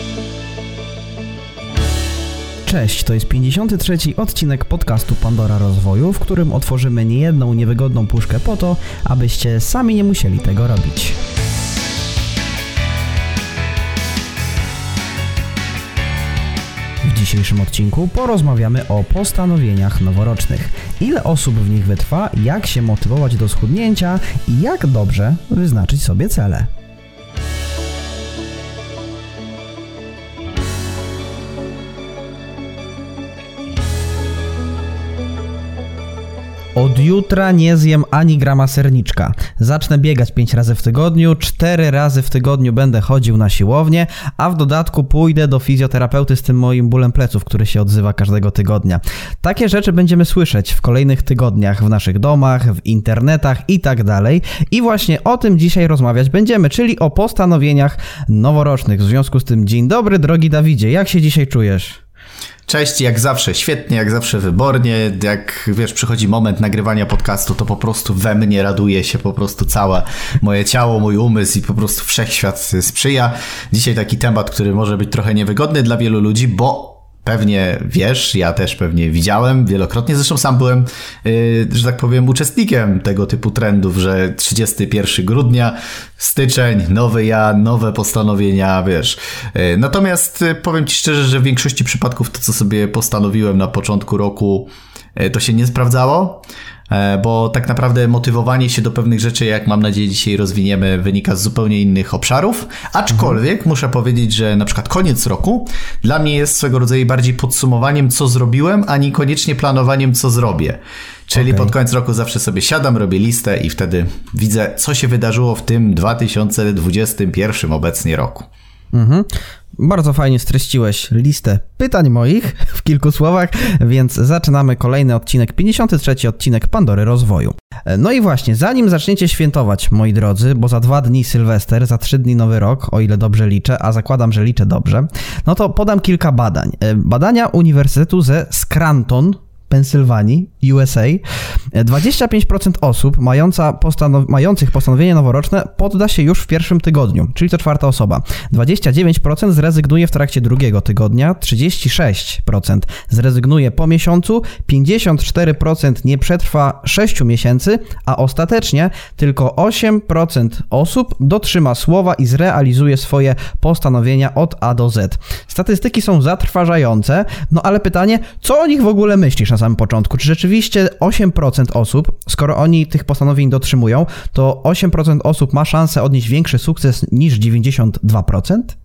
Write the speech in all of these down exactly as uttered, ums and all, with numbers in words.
Cześć, to jest pięćdziesiąty trzeci odcinek podcastu Pandora Rozwoju, w którym otworzymy niejedną niewygodną puszkę po to, abyście sami nie musieli tego robić. W dzisiejszym odcinku porozmawiamy o postanowieniach noworocznych. Ile osób w nich wytrwa, jak się motywować do schudnięcia i jak dobrze wyznaczyć sobie cele. Od jutra nie zjem ani grama serniczka. Zacznę biegać pięć razy w tygodniu, cztery razy w tygodniu będę chodził na siłownię, a w dodatku pójdę do fizjoterapeuty z tym moim bólem pleców, który się odzywa każdego tygodnia. Takie rzeczy będziemy słyszeć w kolejnych tygodniach w naszych domach, w internetach i tak dalej. I właśnie o tym dzisiaj rozmawiać będziemy, czyli o postanowieniach noworocznych. W związku z tym dzień dobry, drogi Dawidzie, jak się dzisiaj czujesz? Cześć, jak zawsze świetnie, jak zawsze wybornie. Jak wiesz, przychodzi moment nagrywania podcastu, to po prostu we mnie raduje się po prostu całe moje ciało, mój umysł i po prostu wszechświat sprzyja. Dzisiaj taki temat, który może być trochę niewygodny dla wielu ludzi, bo pewnie wiesz, ja też pewnie widziałem wielokrotnie, zresztą sam byłem, yy, że tak powiem, uczestnikiem tego typu trendów, że trzydziestego pierwszego grudnia, styczeń, nowy ja, nowe postanowienia, wiesz. Yy, natomiast yy, powiem Ci szczerze, że w większości przypadków to, co sobie postanowiłem na początku roku, yy, to się nie sprawdzało. Bo tak naprawdę motywowanie się do pewnych rzeczy, jak mam nadzieję dzisiaj rozwiniemy, wynika z zupełnie innych obszarów, aczkolwiek mhm. muszę powiedzieć, że na przykład koniec roku dla mnie jest swego rodzaju bardziej podsumowaniem, co zrobiłem, a niekoniecznie planowaniem, co zrobię. Czyli okay. pod koniec roku zawsze sobie siadam, robię listę i wtedy widzę, co się wydarzyło w tym dwa tysiące dwudziestym pierwszym obecnie roku. Mhm. Bardzo fajnie streściłeś listę pytań moich w kilku słowach, więc zaczynamy kolejny odcinek, pięćdziesiąty trzeci odcinek Pandory Rozwoju. No i właśnie, zanim zaczniecie świętować, moi drodzy, bo za dwa dni Sylwester, za trzy dni Nowy Rok, o ile dobrze liczę, a zakładam, że liczę dobrze, no to podam kilka badań. Badania Uniwersytetu ze Scranton, Pensylwanii, U S A. dwadzieścia pięć procent osób mająca postanow- mających postanowienie noworoczne podda się już w pierwszym tygodniu, czyli to czwarta osoba. dwadzieścia dziewięć procent zrezygnuje w trakcie drugiego tygodnia, trzydzieści sześć procent zrezygnuje po miesiącu, pięćdziesiąt cztery procent nie przetrwa sześciu miesięcy, a ostatecznie tylko osiem procent osób dotrzyma słowa i zrealizuje swoje postanowienia od A do Z. Statystyki są zatrważające, no ale pytanie, co o nich w ogóle myślisz na samym początku? Czy rzeczywiście osiem procent osób, skoro oni tych postanowień dotrzymują, to osiem procent osób ma szansę odnieść większy sukces niż dziewięćdziesiąt dwa procent?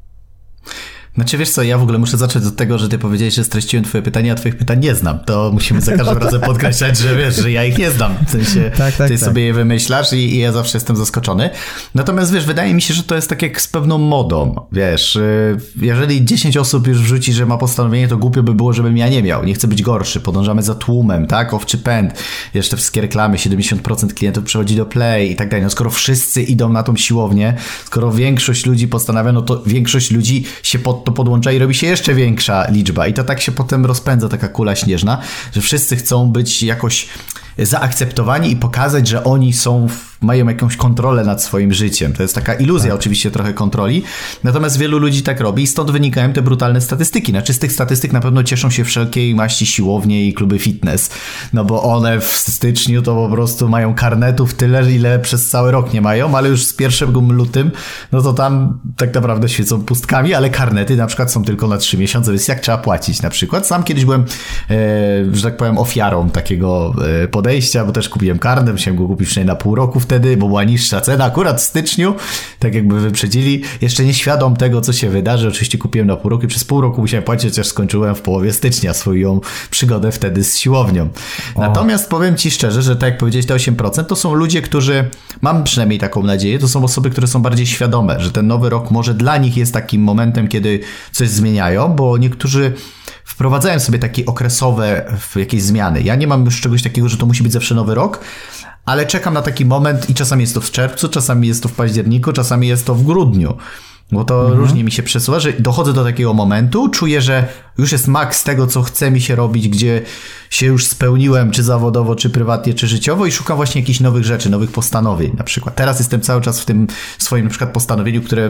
Znaczy wiesz co, ja w ogóle muszę zacząć od tego, że ty powiedziałeś, że streściłem twoje pytania, a twoich pytań nie znam. To musimy za każdym razem podkreślać, że wiesz, że ja ich nie znam. W sensie tak, tak, ty tak. sobie je wymyślasz i, i ja zawsze jestem zaskoczony. Natomiast wiesz, wydaje mi się, że to jest tak jak z pewną modą. Wiesz, jeżeli dziesięć osób już wrzuci, że ma postanowienie, to głupio by było, żebym ja nie miał. Nie chcę być gorszy, podążamy za tłumem, tak? Owczy pęd. Wiesz, te wszystkie reklamy, siedemdziesiąt procent klientów przychodzi do Play i tak dalej. No skoro wszyscy idą na tą siłownię, skoro większość ludzi postanawia, no to większość ludzi się pod to podłącza i robi się jeszcze większa liczba i to tak się potem rozpędza, taka kula śnieżna, że wszyscy chcą być jakoś zaakceptowani i pokazać, że oni są, mają jakąś kontrolę nad swoim życiem. To jest taka iluzja tak. oczywiście trochę kontroli, natomiast wielu ludzi tak robi i stąd wynikają te brutalne statystyki. Na czystych statystyk na pewno cieszą się wszelkiej maści siłownie i kluby fitness, no bo one w styczniu to po prostu mają karnetów tyle, ile przez cały rok nie mają, ale już z pierwszego lutym, no to tam tak naprawdę świecą pustkami, ale karnety na przykład są tylko na trzy miesiące, więc jak trzeba płacić na przykład? Sam kiedyś byłem, e, że tak powiem, ofiarą takiego e, podejścia, bo też kupiłem karnet, musiałem go kupić przynajmniej na pół roku wtedy, bo była niższa cena, akurat w styczniu, tak jakby wyprzedzili, jeszcze nieświadom tego, co się wydarzy, oczywiście kupiłem na pół roku i przez pół roku musiałem płacić, chociaż skończyłem w połowie stycznia swoją przygodę wtedy z siłownią. O. Natomiast powiem Ci szczerze, że tak jak powiedziałeś, te osiem procent to są ludzie, którzy, mam przynajmniej taką nadzieję, to są osoby, które są bardziej świadome, że ten nowy rok może dla nich jest takim momentem, kiedy coś zmieniają, bo niektórzy wprowadzają sobie takie okresowe jakieś zmiany. Ja nie mam już czegoś takiego, że to musi być zawsze nowy rok, ale czekam na taki moment i czasami jest to w czerwcu, czasami jest to w październiku, czasami jest to w grudniu. Bo to mhm. różnie mi się przesuwa, że dochodzę do takiego momentu, czuję, że już jest maks tego, co chce mi się robić, gdzie się już spełniłem, czy zawodowo, czy prywatnie, czy życiowo i szukam właśnie jakichś nowych rzeczy, nowych postanowień na przykład. Teraz jestem cały czas w tym swoim na przykład postanowieniu, które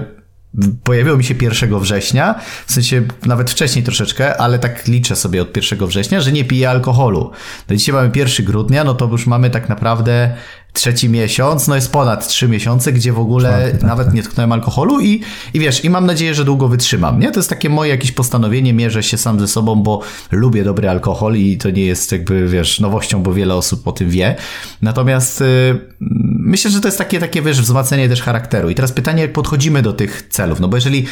pojawiło mi się pierwszego września, w sensie nawet wcześniej troszeczkę, ale tak liczę sobie od pierwszego września, że nie piję alkoholu. No dzisiaj mamy pierwszego grudnia, no to już mamy tak naprawdę trzeci miesiąc, no jest ponad trzy miesiące, gdzie w ogóle Czwarty, tak, nawet tak. nie tknąłem alkoholu i, i wiesz, i mam nadzieję, że długo wytrzymam, nie? To jest takie moje jakieś postanowienie, mierzę się sam ze sobą, bo lubię dobry alkohol i to nie jest jakby, wiesz, nowością, bo wiele osób o tym wie. Natomiast yy, myślę, że to jest takie, takie, wiesz, wzmacnianie też charakteru. I teraz pytanie, jak podchodzimy do tych celów, no bo jeżeli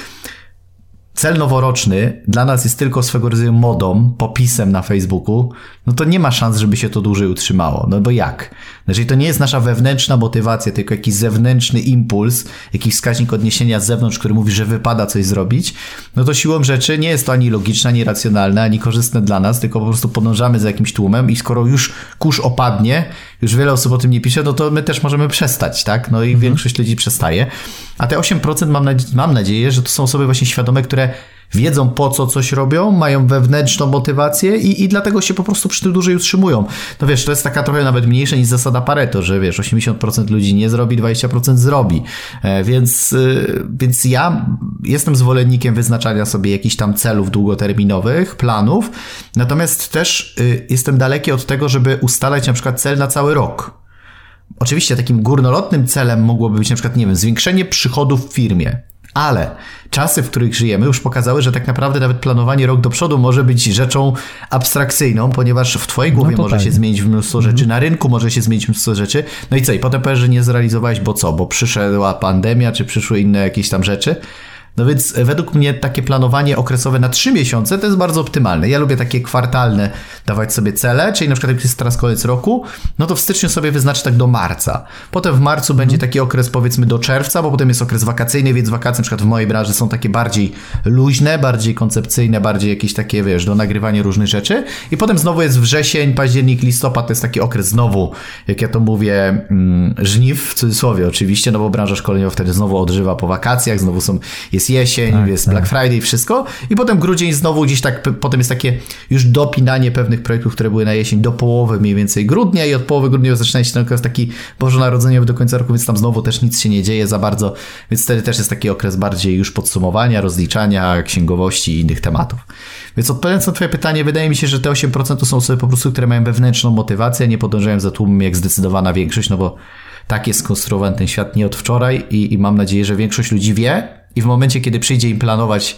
cel noworoczny dla nas jest tylko swego rodzaju modą, popisem na Facebooku, no to nie ma szans, żeby się to dłużej utrzymało. No bo jak? Jeżeli to nie jest nasza wewnętrzna motywacja, tylko jakiś zewnętrzny impuls, jakiś wskaźnik odniesienia z zewnątrz, który mówi, że wypada coś zrobić, no to siłą rzeczy nie jest to ani logiczne, ani racjonalne, ani korzystne dla nas, tylko po prostu podążamy za jakimś tłumem i skoro już kurz opadnie, już wiele osób o tym nie pisze, no to my też możemy przestać, tak? No i mhm. większość ludzi przestaje. A te osiem procent mam, nadzie- mam nadzieję, że to są osoby właśnie świadome, które wiedzą po co coś robią, mają wewnętrzną motywację i, i dlatego się po prostu przy tym dłużej utrzymują. No wiesz, to jest taka trochę nawet mniejsza niż zasada Pareto, że wiesz, osiemdziesiąt procent ludzi nie zrobi, dwadzieścia procent zrobi. E, więc, y, więc ja jestem zwolennikiem wyznaczania sobie jakichś tam celów długoterminowych, planów, natomiast też y, jestem daleki od tego, żeby ustalać na przykład cel na cały rok. Oczywiście takim górnolotnym celem mogłoby być na przykład, nie wiem, zwiększenie przychodów w firmie. Ale czasy, w których żyjemy, już pokazały, że tak naprawdę nawet planowanie rok do przodu może być rzeczą abstrakcyjną, ponieważ w twojej głowie no może tak. się zmienić mnóstwo rzeczy, na rynku może się zmienić mnóstwo rzeczy. No i co? I potem powiesz, że nie zrealizowałeś, bo co? Bo przyszła pandemia, czy przyszły inne jakieś tam rzeczy. No więc według mnie takie planowanie okresowe na trzy miesiące to jest bardzo optymalne. Ja lubię takie kwartalne dawać sobie cele, czyli na przykład jak jest teraz koniec roku, no to w styczniu sobie wyznaczę tak do marca. Potem w marcu mm. będzie taki okres powiedzmy do czerwca, bo potem jest okres wakacyjny, więc wakacje na przykład w mojej branży są takie bardziej luźne, bardziej koncepcyjne, bardziej jakieś takie, wiesz, do nagrywania różnych rzeczy. I potem znowu jest wrzesień, październik, listopad, to jest taki okres znowu, jak ja to mówię, mm, żniw, w cudzysłowie oczywiście, no bo branża szkoleniowa wtedy znowu odżywa po wakacjach, znowu są, jest jesień, tak, jest tak. Black Friday i wszystko. I potem grudzień znowu gdzieś tak, potem jest takie już dopinanie pewnych projektów, które były na jesień do połowy mniej więcej grudnia i od połowy grudnia zaczyna się ten okres taki bożonarodzeniowy do końca roku, więc tam znowu też nic się nie dzieje za bardzo, więc wtedy też jest taki okres bardziej już podsumowania, rozliczania, księgowości i innych tematów. Więc odpowiadając na twoje pytanie, wydaje mi się, że te osiem procent to są osoby po prostu, które mają wewnętrzną motywację, nie podążają za tłumem jak zdecydowana większość, no bo tak jest skonstruowany ten świat nie od wczoraj i, i mam nadzieję, że większość ludzi wie i w momencie, kiedy przyjdzie im planować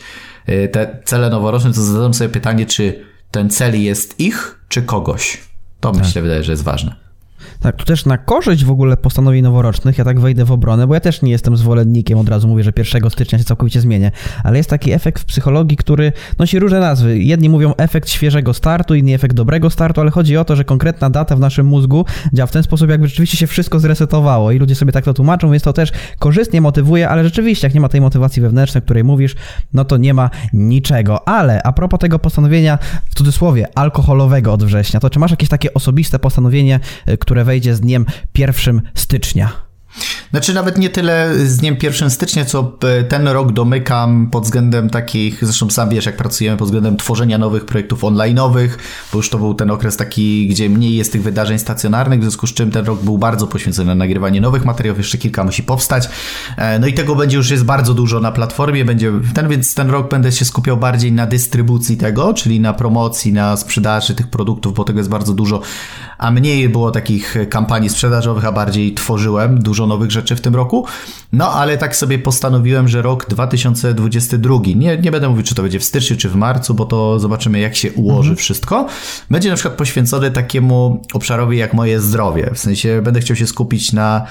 te cele noworoczne, to zadadzą sobie pytanie, czy ten cel jest ich, czy kogoś. To tak. myślę, wydaje, że jest ważne. Tak, tu też na korzyść w ogóle postanowień noworocznych, ja tak wejdę w obronę, bo ja też nie jestem zwolennikiem, od razu mówię, że pierwszego stycznia się całkowicie zmienię, ale jest taki efekt w psychologii, który nosi różne nazwy. Jedni mówią efekt świeżego startu, inni efekt dobrego startu, ale chodzi o to, że konkretna data w naszym mózgu działa w ten sposób, jakby rzeczywiście się wszystko zresetowało i ludzie sobie tak to tłumaczą, więc to też korzystnie motywuje, ale rzeczywiście, jak nie ma tej motywacji wewnętrznej, o której mówisz, no to nie ma niczego. Ale a propos tego postanowienia, w cudzysłowie, alkoholowego od września, to czy masz jakieś takie osobiste postanowienie, które wejdzie z dniem pierwszego stycznia? Znaczy nawet nie tyle z dniem pierwszego stycznia, co ten rok domykam pod względem takich, zresztą sam wiesz, jak pracujemy, pod względem tworzenia nowych projektów online'owych, bo już to był ten okres taki, gdzie mniej jest tych wydarzeń stacjonarnych, w związku z czym ten rok był bardzo poświęcony na nagrywanie nowych materiałów, jeszcze kilka musi powstać. No i tego będzie już jest bardzo dużo na platformie, będzie ten, więc ten rok będę się skupiał bardziej na dystrybucji tego, czyli na promocji, na sprzedaży tych produktów, bo tego jest bardzo dużo, a mniej było takich kampanii sprzedażowych, a bardziej tworzyłem dużo nowych rzeczy w tym roku. No, ale tak sobie postanowiłem, że rok dwa tysiące dwudziesty drugi, nie, nie będę mówił, czy to będzie w styczniu, czy w marcu, bo to zobaczymy, jak się ułoży mhm. wszystko, będzie na przykład poświęcony takiemu obszarowi jak moje zdrowie. W sensie będę chciał się skupić na,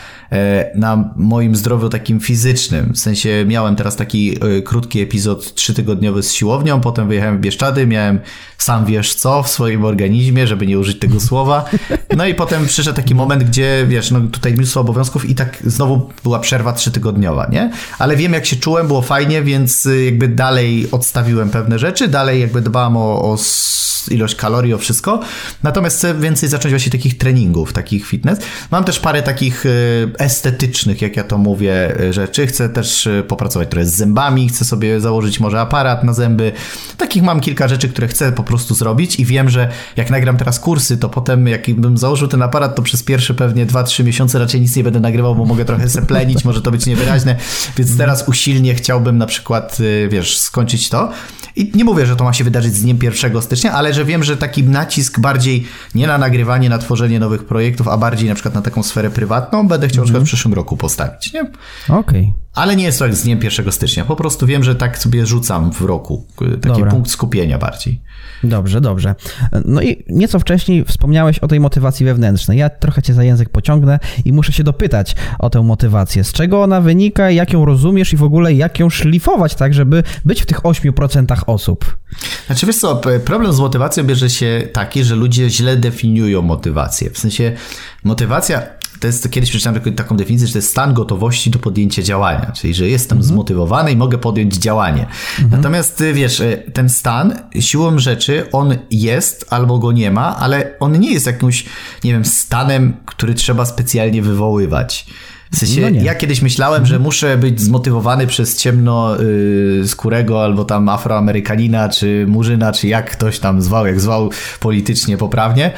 na moim zdrowiu takim fizycznym. W sensie miałem teraz taki krótki epizod trzytygodniowy z siłownią, potem wyjechałem w Bieszczady, miałem sam wiesz co w swoim organizmie, żeby nie użyć tego słowa. No i potem przyszedł taki moment, gdzie wiesz, no tutaj mnóstwo obowiązków i tak znowu była przerwa trzytygodniowa, nie? Ale wiem, jak się czułem, było fajnie, więc jakby dalej odstawiłem pewne rzeczy, dalej jakby dbałem o, o ilość kalorii, o wszystko. Natomiast chcę więcej zacząć właśnie takich treningów, takich fitness. Mam też parę takich estetycznych, jak ja to mówię, rzeczy. Chcę też popracować trochę z zębami, chcę sobie założyć może aparat na zęby. Takich mam kilka rzeczy, które chcę po prostu zrobić i wiem, że jak nagram teraz kursy, to potem jak bym założył ten aparat, to przez pierwsze pewnie dwa trzy miesiące raczej nic nie będę nagrywał, bo mogę trochę seplenić, może to być niewyraźne, więc teraz usilnie chciałbym na przykład, wiesz, skończyć to. I nie mówię, że to ma się wydarzyć z dniem pierwszego stycznia, ale że wiem, że taki nacisk bardziej nie na nagrywanie, na tworzenie nowych projektów, a bardziej na przykład na taką sferę prywatną będę chciał mm-hmm. na przykład w przyszłym roku postawić, nie? Okej. Okay. Ale nie jest to jak z dniem pierwszego stycznia, po prostu wiem, że tak sobie rzucam w roku, taki Dobra. punkt skupienia bardziej. Dobrze, dobrze. No i nieco wcześniej wspomniałeś o tej motywacji wewnętrznej. Ja trochę cię za język pociągnę i muszę się dopytać o tę motywację. Z czego ona wynika, jak ją rozumiesz i w ogóle jak ją szlifować tak, żeby być w tych ośmiu procentach osób? Znaczy wiesz co, problem z motywacją bierze się taki, że ludzie źle definiują motywację. W sensie motywacja... To jest, kiedyś przeczytałem taką definicję, że to jest stan gotowości do podjęcia działania, czyli że jestem mhm. zmotywowany i mogę podjąć działanie. Mhm. Natomiast wiesz, ten stan siłą rzeczy on jest albo go nie ma, ale on nie jest jakimś, nie wiem, stanem, który trzeba specjalnie wywoływać. W sensie, no ja kiedyś myślałem, że muszę być zmotywowany przez ciemnoskórego albo tam afroamerykanina, czy murzyna, czy jak ktoś tam zwał, jak zwał politycznie poprawnie,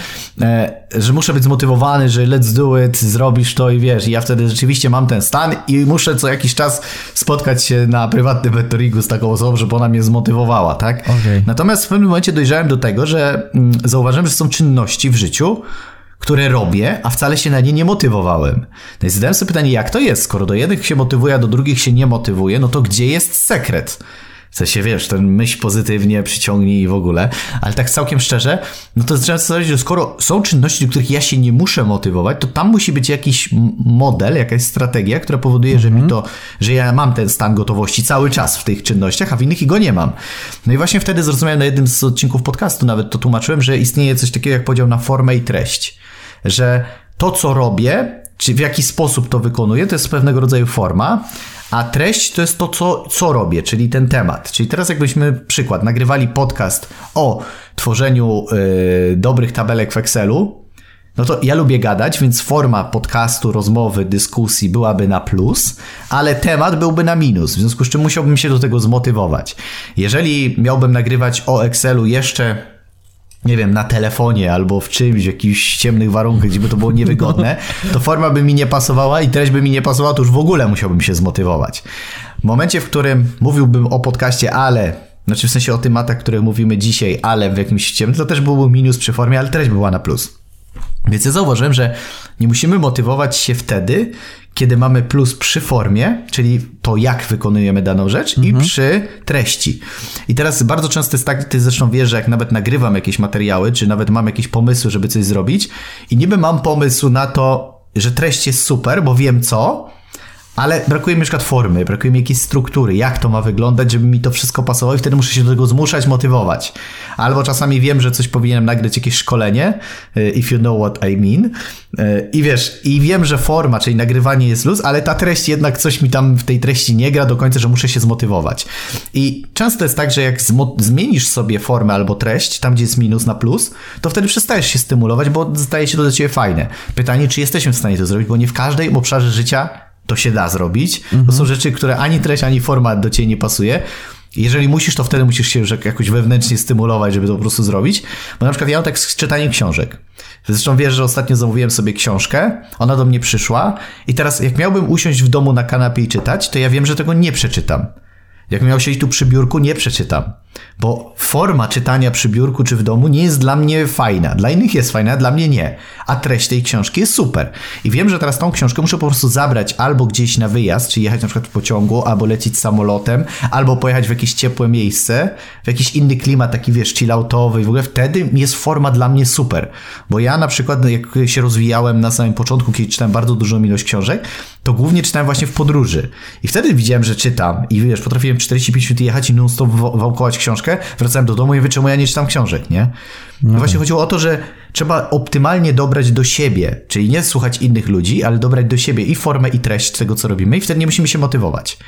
że muszę być zmotywowany, że let's do it, zrobisz to i wiesz. I ja wtedy rzeczywiście mam ten stan i muszę co jakiś czas spotkać się na prywatnym mentoringu z taką osobą, żeby ona mnie zmotywowała, tak? Okay. Natomiast w pewnym momencie dojrzałem do tego, że zauważyłem, że są czynności w życiu, które robię, a wcale się na nie nie motywowałem. No i zadałem sobie pytanie, jak to jest? Skoro do jednych się motywuje, a do drugich się nie motywuje, no to gdzie jest sekret? W sensie, wiesz, ten myśl pozytywnie, przyciągnij i w ogóle. Ale tak całkiem szczerze, no to zacząłem sobie, że skoro są czynności, do których ja się nie muszę motywować, to tam musi być jakiś model, jakaś strategia, która powoduje, mhm. że mi to, że ja mam ten stan gotowości cały czas w tych czynnościach, a w innych i go nie mam. No i właśnie wtedy zrozumiałem na jednym z odcinków podcastu, nawet to tłumaczyłem, że istnieje coś takiego jak podział na formę i treść. Że to, co robię, czy w jaki sposób to wykonuję, to jest pewnego rodzaju forma, a treść to jest to, co, co robię, czyli ten temat. Czyli teraz jakbyśmy, przykład, nagrywali podcast o tworzeniu yy, dobrych tabelek w Excelu, no to ja lubię gadać, więc forma podcastu, rozmowy, dyskusji byłaby na plus, ale temat byłby na minus, w związku z czym musiałbym się do tego zmotywować. Jeżeli miałbym nagrywać o Excelu jeszcze... nie wiem, na telefonie albo w czymś, w jakichś ciemnych warunkach, gdzie by to było niewygodne, to forma by mi nie pasowała i treść by mi nie pasowała, to już w ogóle musiałbym się zmotywować. W momencie, w którym mówiłbym o podcaście, ale, znaczy w sensie o tematach, które mówimy dzisiaj, ale w jakimś ciemnym, to też byłby minus przy formie, ale treść była na plus. Więc ja zauważyłem, że nie musimy motywować się wtedy, kiedy mamy plus przy formie, czyli to jak wykonujemy daną rzecz mhm. i przy treści. I teraz bardzo często jest tak, ty zresztą wiesz, że jak nawet nagrywam jakieś materiały, czy nawet mam jakieś pomysły, żeby coś zrobić i niby mam pomysł na to, że treść jest super, bo wiem co, ale brakuje mi na przykład formy, brakuje mi jakiejś struktury, jak to ma wyglądać, żeby mi to wszystko pasowało i wtedy muszę się do tego zmuszać, motywować. Albo czasami wiem, że coś powinienem nagrać, jakieś szkolenie, if you know what I mean. I wiesz, i wiem, że forma, czyli nagrywanie jest luz, ale ta treść jednak coś mi tam w tej treści nie gra do końca, że muszę się zmotywować. I często jest tak, że jak zmo- zmienisz sobie formę albo treść, tam gdzie jest minus na plus, to wtedy przestajesz się stymulować, bo staje się to dla ciebie fajne. Pytanie, czy jesteśmy w stanie to zrobić, bo nie w każdej obszarze życia to się da zrobić. Mhm. To są rzeczy, które ani treść, ani format do ciebie nie pasuje. Jeżeli musisz, to wtedy musisz się już jakoś wewnętrznie stymulować, żeby to po prostu zrobić. Bo na przykład ja mam tak z czytaniem książek. Zresztą wiesz, że ostatnio zamówiłem sobie książkę, ona do mnie przyszła i teraz jak miałbym usiąść w domu na kanapie i czytać, to ja wiem, że tego nie przeczytam. Jak miał siedzieć tu przy biurku, nie przeczytam. Bo forma czytania przy biurku czy w domu nie jest dla mnie fajna. Dla innych jest fajna, dla mnie nie. A treść tej książki jest super. I wiem, że teraz tą książkę muszę po prostu zabrać albo gdzieś na wyjazd, czyli jechać na przykład w pociągu, albo lecieć samolotem, albo pojechać w jakieś ciepłe miejsce, w jakiś inny klimat, taki wiesz, chilloutowy i w ogóle wtedy jest forma dla mnie super. Bo ja na przykład, jak się rozwijałem na samym początku, kiedy czytałem bardzo dużą ilość książek, to głównie czytałem właśnie w podróży. I wtedy widziałem, że czytam i wiesz, potrafiłem czterdzieści pięć minut jechać i non-stop wałkować książkę, wracałem do domu i mówię, czemu ja nie czytam książek, nie? No właśnie chodziło o to, że trzeba optymalnie dobrać do siebie, czyli nie słuchać innych ludzi, ale dobrać do siebie i formę, i treść tego, co robimy i wtedy nie musimy się motywować.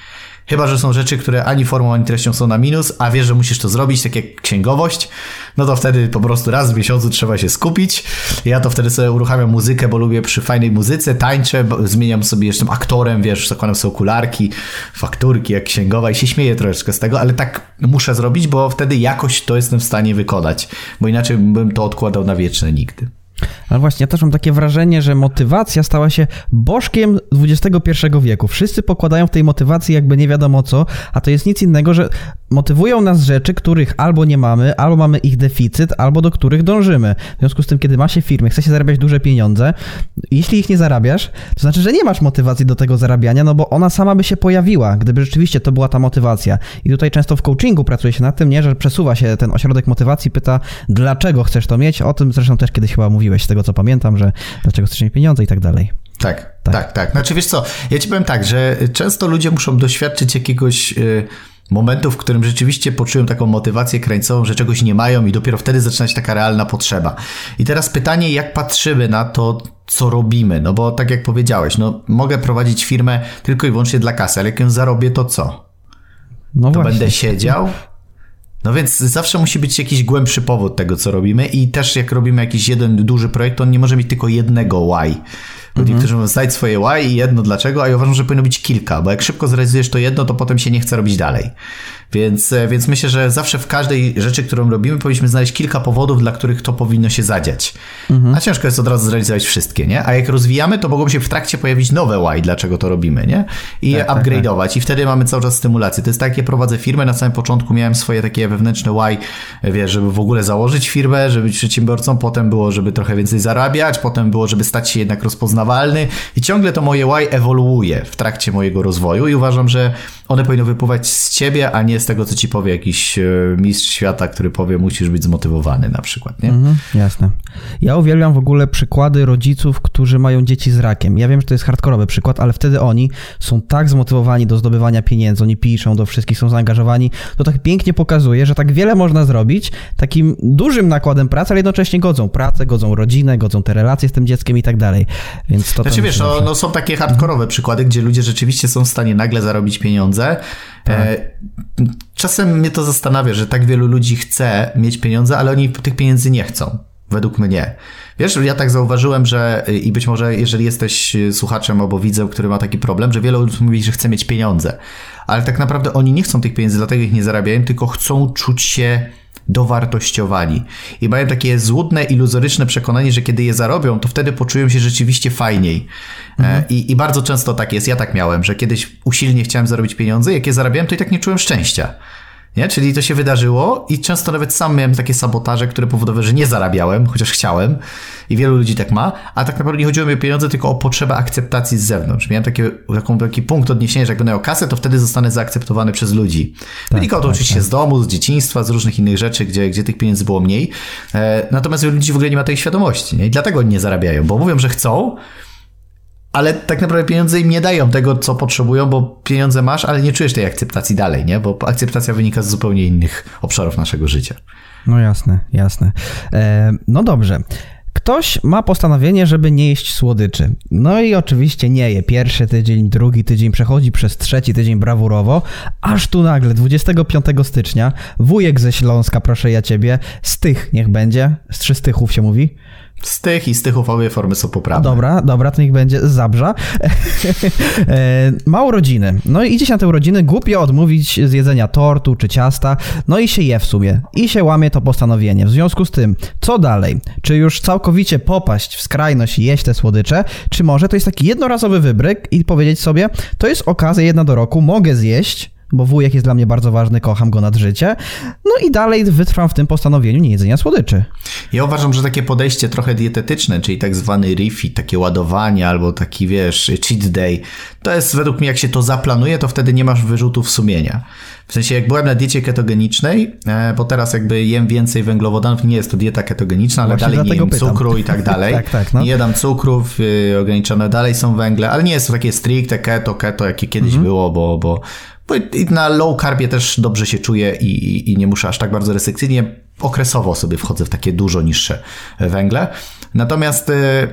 Chyba że są rzeczy, które ani formą, ani treścią są na minus, a wiesz, że musisz to zrobić, tak jak księgowość, no to wtedy po prostu raz w miesiącu trzeba się skupić. Ja to wtedy sobie uruchamiam muzykę, bo lubię przy fajnej muzyce, tańczę, zmieniam sobie, jestem aktorem, wiesz, zakładam sobie okularki, fakturki jak księgowa i się śmieję troszeczkę z tego, ale tak muszę zrobić, bo wtedy jakoś to jestem w stanie wykonać, bo inaczej bym to odkładał na wieczne nigdy. Ale właśnie, ja też mam takie wrażenie, że motywacja stała się bożkiem dwudziestego pierwszego wieku. Wszyscy pokładają w tej motywacji jakby nie wiadomo co, a to jest nic innego, że motywują nas rzeczy, których albo nie mamy, albo mamy ich deficyt, albo do których dążymy. W związku z tym, kiedy ma się firmy, chce się zarabiać duże pieniądze, jeśli ich nie zarabiasz, to znaczy, że nie masz motywacji do tego zarabiania, no bo ona sama by się pojawiła, gdyby rzeczywiście to była ta motywacja. I tutaj często w coachingu pracuje się nad tym, nie, że przesuwa się ten ośrodek motywacji, pyta, dlaczego chcesz to mieć, o tym zresztą też kiedyś chyba mówiłeś, z tego co pamiętam, że dlaczego chcesz mieć pieniądze i tak dalej. Tak, tak, tak, tak. Znaczy wiesz co, ja ci powiem tak, że często ludzie muszą doświadczyć jakiegoś y, momentu, w którym rzeczywiście poczują taką motywację krańcową, że czegoś nie mają i dopiero wtedy zaczyna się taka realna potrzeba. I teraz pytanie, jak patrzymy na to, co robimy, no bo tak jak powiedziałeś, no mogę prowadzić firmę tylko i wyłącznie dla kasy, ale jak ją zarobię, to co? No to właśnie. Będę siedział? No więc zawsze musi być jakiś głębszy powód tego, co robimy i też jak robimy jakiś jeden duży projekt, to on nie może mieć tylko jednego why. Bo mhm. niektórzy mówią, znajdź swoje why i jedno dlaczego, a ja uważam, że powinno być kilka, bo jak szybko zrealizujesz to jedno, to potem się nie chce robić dalej. Więc, więc myślę, że zawsze w każdej rzeczy, którą robimy, powinniśmy znaleźć kilka powodów, dla których to powinno się zadziać. Mhm. A ciężko jest od razu zrealizować wszystkie, nie? A jak rozwijamy, to mogą się w trakcie pojawić nowe why, dlaczego to robimy, nie? I tak, je upgrade'ować. Tak, tak. I wtedy mamy cały czas stymulację. To jest tak, jak ja prowadzę firmę, na samym początku miałem swoje takie wewnętrzne why, wiesz, żeby w ogóle założyć firmę, żeby być przedsiębiorcą, potem było, żeby trochę więcej zarabiać, potem było, żeby stać się jednak rozpoznawalny i ciągle to moje why ewoluuje w trakcie mojego rozwoju i uważam, że one powinny wypływać z ciebie, a nie z tego, co ci powie jakiś mistrz świata, który powie, musisz być zmotywowany na przykład, nie? Mhm, jasne. Ja uwielbiam w ogóle przykłady rodziców, którzy mają dzieci z rakiem. Ja wiem, że to jest hardkorowy przykład, ale wtedy oni są tak zmotywowani do zdobywania pieniędzy, oni piszą do wszystkich, są zaangażowani. To tak pięknie pokazuje, że tak wiele można zrobić takim dużym nakładem pracy, ale jednocześnie godzą pracę, godzą rodzinę, godzą te relacje z tym dzieckiem i tak dalej. Więc to znaczy wiesz, no, no są takie hardkorowe mhm. przykłady, gdzie ludzie rzeczywiście są w stanie nagle zarobić pieniądze. Tak. Czasem mnie to zastanawia, że tak wielu ludzi chce mieć pieniądze, ale oni tych pieniędzy nie chcą. Według mnie. Wiesz, ja tak zauważyłem, że i być może jeżeli jesteś słuchaczem albo widzem, który ma taki problem, że wielu ludzi mówi, że chce mieć pieniądze. Ale tak naprawdę oni nie chcą tych pieniędzy, dlatego ich nie zarabiają, tylko chcą czuć się dowartościowani. I mają takie złudne, iluzoryczne przekonanie, że kiedy je zarobią, to wtedy poczują się rzeczywiście fajniej. Mhm. I, I bardzo często tak jest. Ja tak miałem, że kiedyś usilnie chciałem zarobić pieniądze, jak je zarabiałem, to i tak nie czułem szczęścia. Nie? Czyli to się wydarzyło i często nawet sam miałem takie sabotaże, które powodowały, że nie zarabiałem, chociaż chciałem i wielu ludzi tak ma, a tak naprawdę nie chodziło mi o pieniądze, tylko o potrzebę akceptacji z zewnątrz. Miałem takie, taką, taki punkt odniesienia, że jak będę miał kasę, to wtedy zostanę zaakceptowany przez ludzi. Tak, Wynikało to tak, oczywiście tak. z domu, z dzieciństwa, z różnych innych rzeczy, gdzie, gdzie tych pieniędzy było mniej. E, natomiast wielu ludzi w ogóle nie ma tej świadomości, nie? I dlatego oni nie zarabiają, bo mówią, że chcą, ale tak naprawdę pieniądze im nie dają tego, co potrzebują, bo pieniądze masz, ale nie czujesz tej akceptacji dalej, nie? Bo akceptacja wynika z zupełnie innych obszarów naszego życia. No jasne, jasne. E, no dobrze. Ktoś ma postanowienie, żeby nie jeść słodyczy. No i oczywiście nie je. Pierwszy tydzień, drugi tydzień, przechodzi przez trzeci tydzień brawurowo, aż tu nagle dwudziestego piątego stycznia wujek ze Śląska, proszę ja ciebie, Stych niech będzie, z trzy Stychów się mówi. Stych i Stychów, obie formy są poprawne. Dobra, dobra, to niech będzie z Zabrza. Ma urodziny. No i idzie się na te urodziny, głupio odmówić z jedzenia tortu czy ciasta, no i się je w sumie. I się łamie to postanowienie. W związku z tym, co dalej? Czy już całkowicie popaść w skrajność i jeść te słodycze, czy może to jest taki jednorazowy wybryk i powiedzieć sobie, to jest okazja jedna do roku, mogę zjeść, bo wujek jest dla mnie bardzo ważny, kocham go nad życie. No i dalej wytrwam w tym postanowieniu niejedzenia słodyczy. Ja uważam, że takie podejście trochę dietetyczne, czyli tak zwany refeed, takie ładowanie albo taki, wiesz, cheat day, to jest według mnie, jak się to zaplanuje, to wtedy nie masz wyrzutów sumienia. W sensie, jak byłem na diecie ketogenicznej, bo teraz jakby jem więcej węglowodanów, nie jest to dieta ketogeniczna, ale Właśnie dalej nie jem pytam. cukru i tak dalej. tak, tak, no. Nie jadam cukrów, ograniczone dalej są węgle, ale nie jest to takie stricte keto, keto, jakie kiedyś mhm. było, bo, bo Bo na low carbie też dobrze się czuję i, i, i nie muszę aż tak bardzo restrykcyjnie. Okresowo sobie wchodzę w takie dużo niższe węgle. Natomiast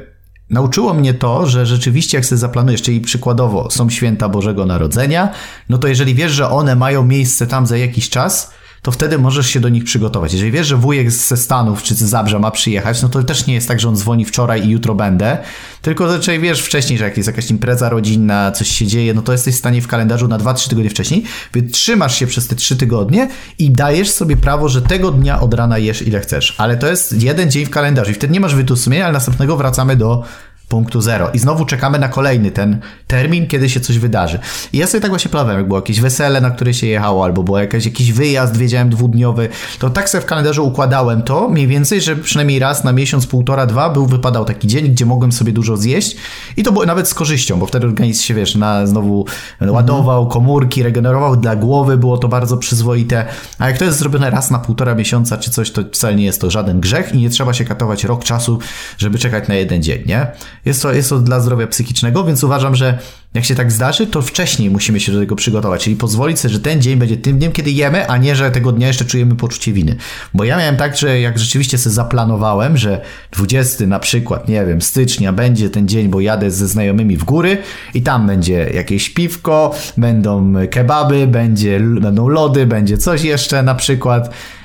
nauczyło mnie to, że rzeczywiście jak sobie zaplanujesz, czyli przykładowo są święta Bożego Narodzenia, no to jeżeli wiesz, że one mają miejsce tam za jakiś czas, to wtedy możesz się do nich przygotować. Jeżeli wiesz, że wujek ze Stanów czy z Zabrza ma przyjechać, no to też nie jest tak, że on dzwoni wczoraj i jutro będę, tylko zazwyczaj wiesz wcześniej, że jak jest jakaś impreza rodzinna, coś się dzieje, no to jesteś w stanie w kalendarzu na dwa trzy tygodnie wcześniej, więc trzymasz się przez te trzy tygodnie i dajesz sobie prawo, że tego dnia od rana jesz ile chcesz. Ale to jest jeden dzień w kalendarzu i wtedy nie masz wyrzutu sumienia, ale następnego wracamy do punktu zero. I znowu czekamy na kolejny ten termin, kiedy się coś wydarzy. I ja sobie tak właśnie planowałem, jak było jakieś wesele, na które się jechało, albo było jakaś, jakiś wyjazd, wiedziałem, dwudniowy, to tak sobie w kalendarzu układałem to, mniej więcej, że przynajmniej raz na miesiąc, półtora, dwa był, wypadał taki dzień, gdzie mogłem sobie dużo zjeść i to było nawet z korzyścią, bo wtedy organizm się, wiesz, na, znowu ładował, komórki, regenerował, dla głowy było to bardzo przyzwoite, a jak to jest zrobione raz na półtora miesiąca czy coś, to wcale nie jest to żaden grzech i nie trzeba się katować rok czasu, żeby czekać na jeden dzień, nie? Jest to, jest to dla zdrowia psychicznego, więc uważam, że jak się tak zdarzy, to wcześniej musimy się do tego przygotować, czyli pozwolić sobie, że ten dzień będzie tym dniem, kiedy jemy, a nie, że tego dnia jeszcze czujemy poczucie winy. Bo ja miałem tak, że jak rzeczywiście sobie zaplanowałem, że dwudziestego na przykład, nie wiem, stycznia będzie ten dzień, bo jadę ze znajomymi w góry i tam będzie jakieś piwko, będą kebaby, będzie, będą lody, będzie coś jeszcze na przykład.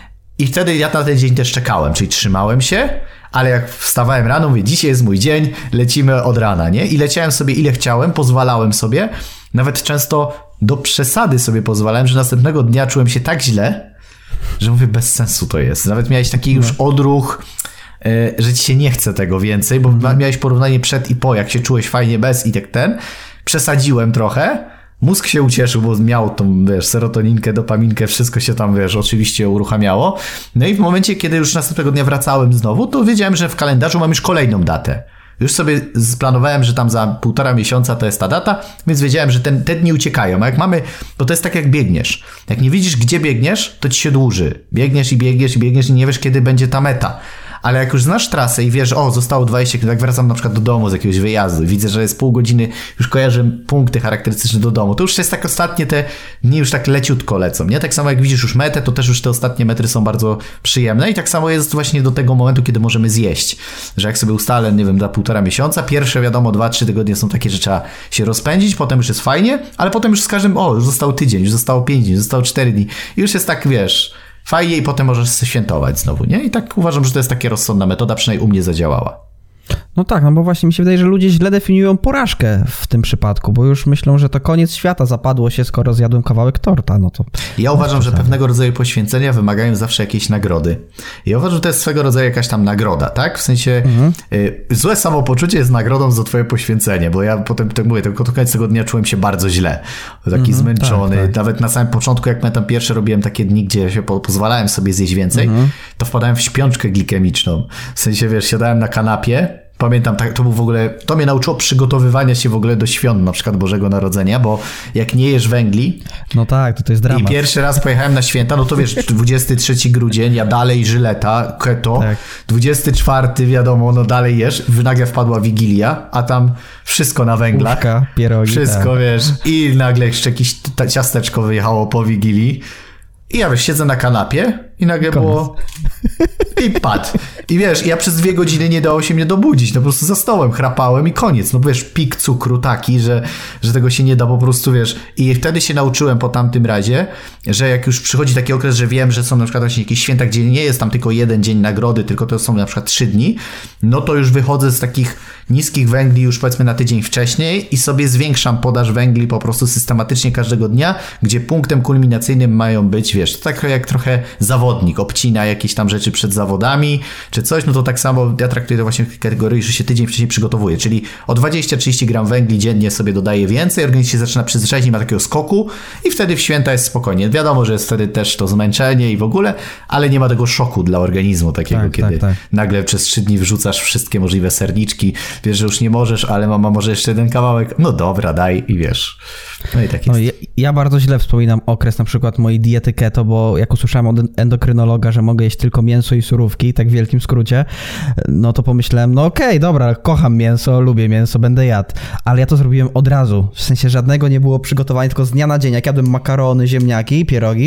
I wtedy ja na ten dzień też czekałem, czyli trzymałem się, ale jak wstawałem rano, mówię, dzisiaj jest mój dzień, lecimy od rana, nie? I leciałem sobie ile chciałem, pozwalałem sobie, nawet często do przesady sobie pozwalałem, że następnego dnia czułem się tak źle, że mówię, bez sensu to jest. Nawet miałeś taki już odruch, yy, że ci się nie chce tego więcej, bo mm. miałeś porównanie przed i po, jak się czułeś fajnie bez i tak ten. Przesadziłem trochę. Mózg się ucieszył, bo miał tą, wiesz, serotoninkę, dopaminkę, wszystko się tam, wiesz, oczywiście uruchamiało. No i w momencie, kiedy już następnego dnia wracałem znowu, to wiedziałem, że w kalendarzu mam już kolejną datę. Już sobie splanowałem, że tam za półtora miesiąca to jest ta data, więc wiedziałem, że ten, te dni uciekają. A jak mamy, bo to jest tak jak biegniesz. Jak nie widzisz, gdzie biegniesz, to ci się dłuży. Biegniesz i biegniesz i biegniesz i nie wiesz, kiedy będzie ta meta. Ale jak już znasz trasę i wiesz, o, zostało dwadzieścia kilometrów, jak wracam na przykład do domu z jakiegoś wyjazdu i widzę, że jest pół godziny, już kojarzę punkty charakterystyczne do domu, to już jest tak ostatnie te dni już tak leciutko lecą, nie? Tak samo jak widzisz już metę, to też już te ostatnie metry są bardzo przyjemne i tak samo jest właśnie do tego momentu, kiedy możemy zjeść, że jak sobie ustalę, nie wiem, za półtora miesiąca, pierwsze wiadomo, dwa, trzy tygodnie są takie, że trzeba się rozpędzić, potem już jest fajnie, ale potem już z każdym, o, już został tydzień, już zostało pięć dni, już zostało cztery dni i już jest tak, wiesz... Fajnie i potem możesz świętować znowu, nie? I tak uważam, że to jest taka rozsądna metoda, przynajmniej u mnie zadziałała. No tak, no bo właśnie mi się wydaje, że ludzie źle definiują porażkę w tym przypadku, bo już myślą, że to koniec świata, zapadło się, skoro zjadłem kawałek torta, no to... Ja uważam, że pewnego rodzaju poświęcenia wymagają zawsze jakiejś nagrody. Ja uważam, że to jest swego rodzaju jakaś tam nagroda, tak? W sensie mhm. y, złe samopoczucie jest nagrodą za twoje poświęcenie, bo ja potem tak mówię, tylko do końca tego dnia czułem się bardzo źle. Taki mhm, zmęczony. Tak, tak. Nawet na samym początku, jak tam pierwsze robiłem takie dni, gdzie się po, pozwalałem sobie zjeść więcej, mhm. to wpadałem w śpiączkę glikemiczną. W sensie, wiesz, siadałem na kanapie. Pamiętam, tak, to był w ogóle, to mnie nauczyło przygotowywania się w ogóle do świąt, na przykład Bożego Narodzenia, bo jak nie jesz węgli... No tak, to to jest dramat. I pierwszy raz pojechałem na święta, no to wiesz, dwudziestego trzeciego grudzień, ja dalej żyleta, keto, tak. dwudziestego czwartego wiadomo, no dalej jesz, nagle wpadła Wigilia, a tam wszystko na węglach. Łóżka, pierogi. Wszystko, tak. Wiesz, i nagle jeszcze jakieś ciasteczko wyjechało po Wigilii. I ja wiesz, siedzę na kanapie i nagle Koniec. Było... I padł. I wiesz, ja przez dwie godziny nie dało się mnie dobudzić. No po prostu zasnąłem, chrapałem i koniec. No wiesz, pik cukru taki, że, że tego się nie da po prostu, wiesz. I wtedy się nauczyłem po tamtym razie, że jak już przychodzi taki okres, że wiem, że są na przykład właśnie jakieś święta, gdzie nie jest tam tylko jeden dzień nagrody, tylko to są na przykład trzy dni, no to już wychodzę z takich niskich węgli już powiedzmy na tydzień wcześniej i sobie zwiększam podaż węgli po prostu systematycznie każdego dnia, gdzie punktem kulminacyjnym mają być, wiesz, to tak jak trochę zawodnik obcina jakieś tam rzeczy przed zawodami, czy coś, no to tak samo ja traktuję to właśnie w kategorii, że się tydzień wcześniej przygotowuję, czyli o dwadzieścia do trzydziestu gram węgli dziennie sobie dodaję więcej, organizm się zaczyna przyzwyczaić, nie ma takiego skoku i wtedy w święta jest spokojnie. Wiadomo, że jest wtedy też to zmęczenie i w ogóle, ale nie ma tego szoku dla organizmu takiego, tak, kiedy tak, tak. nagle przez trzy dni wrzucasz wszystkie możliwe serniczki, wiesz, że już nie możesz, ale mama może jeszcze jeden kawałek, no dobra, daj i wiesz. No i tak jest. No, ja, ja bardzo źle wspominam okres na przykład mojej diety keto, bo jak usłyszałem od endokrynologa, że mogę jeść tylko mięso i surówki, tak w wielkim skrócie, no to pomyślałem, no okej, okay, dobra, kocham mięso, lubię mięso, będę jadł, ale ja to zrobiłem od razu, w sensie żadnego nie było przygotowania, tylko z dnia na dzień, jak jadłem makarony, ziemniaki, pierogi,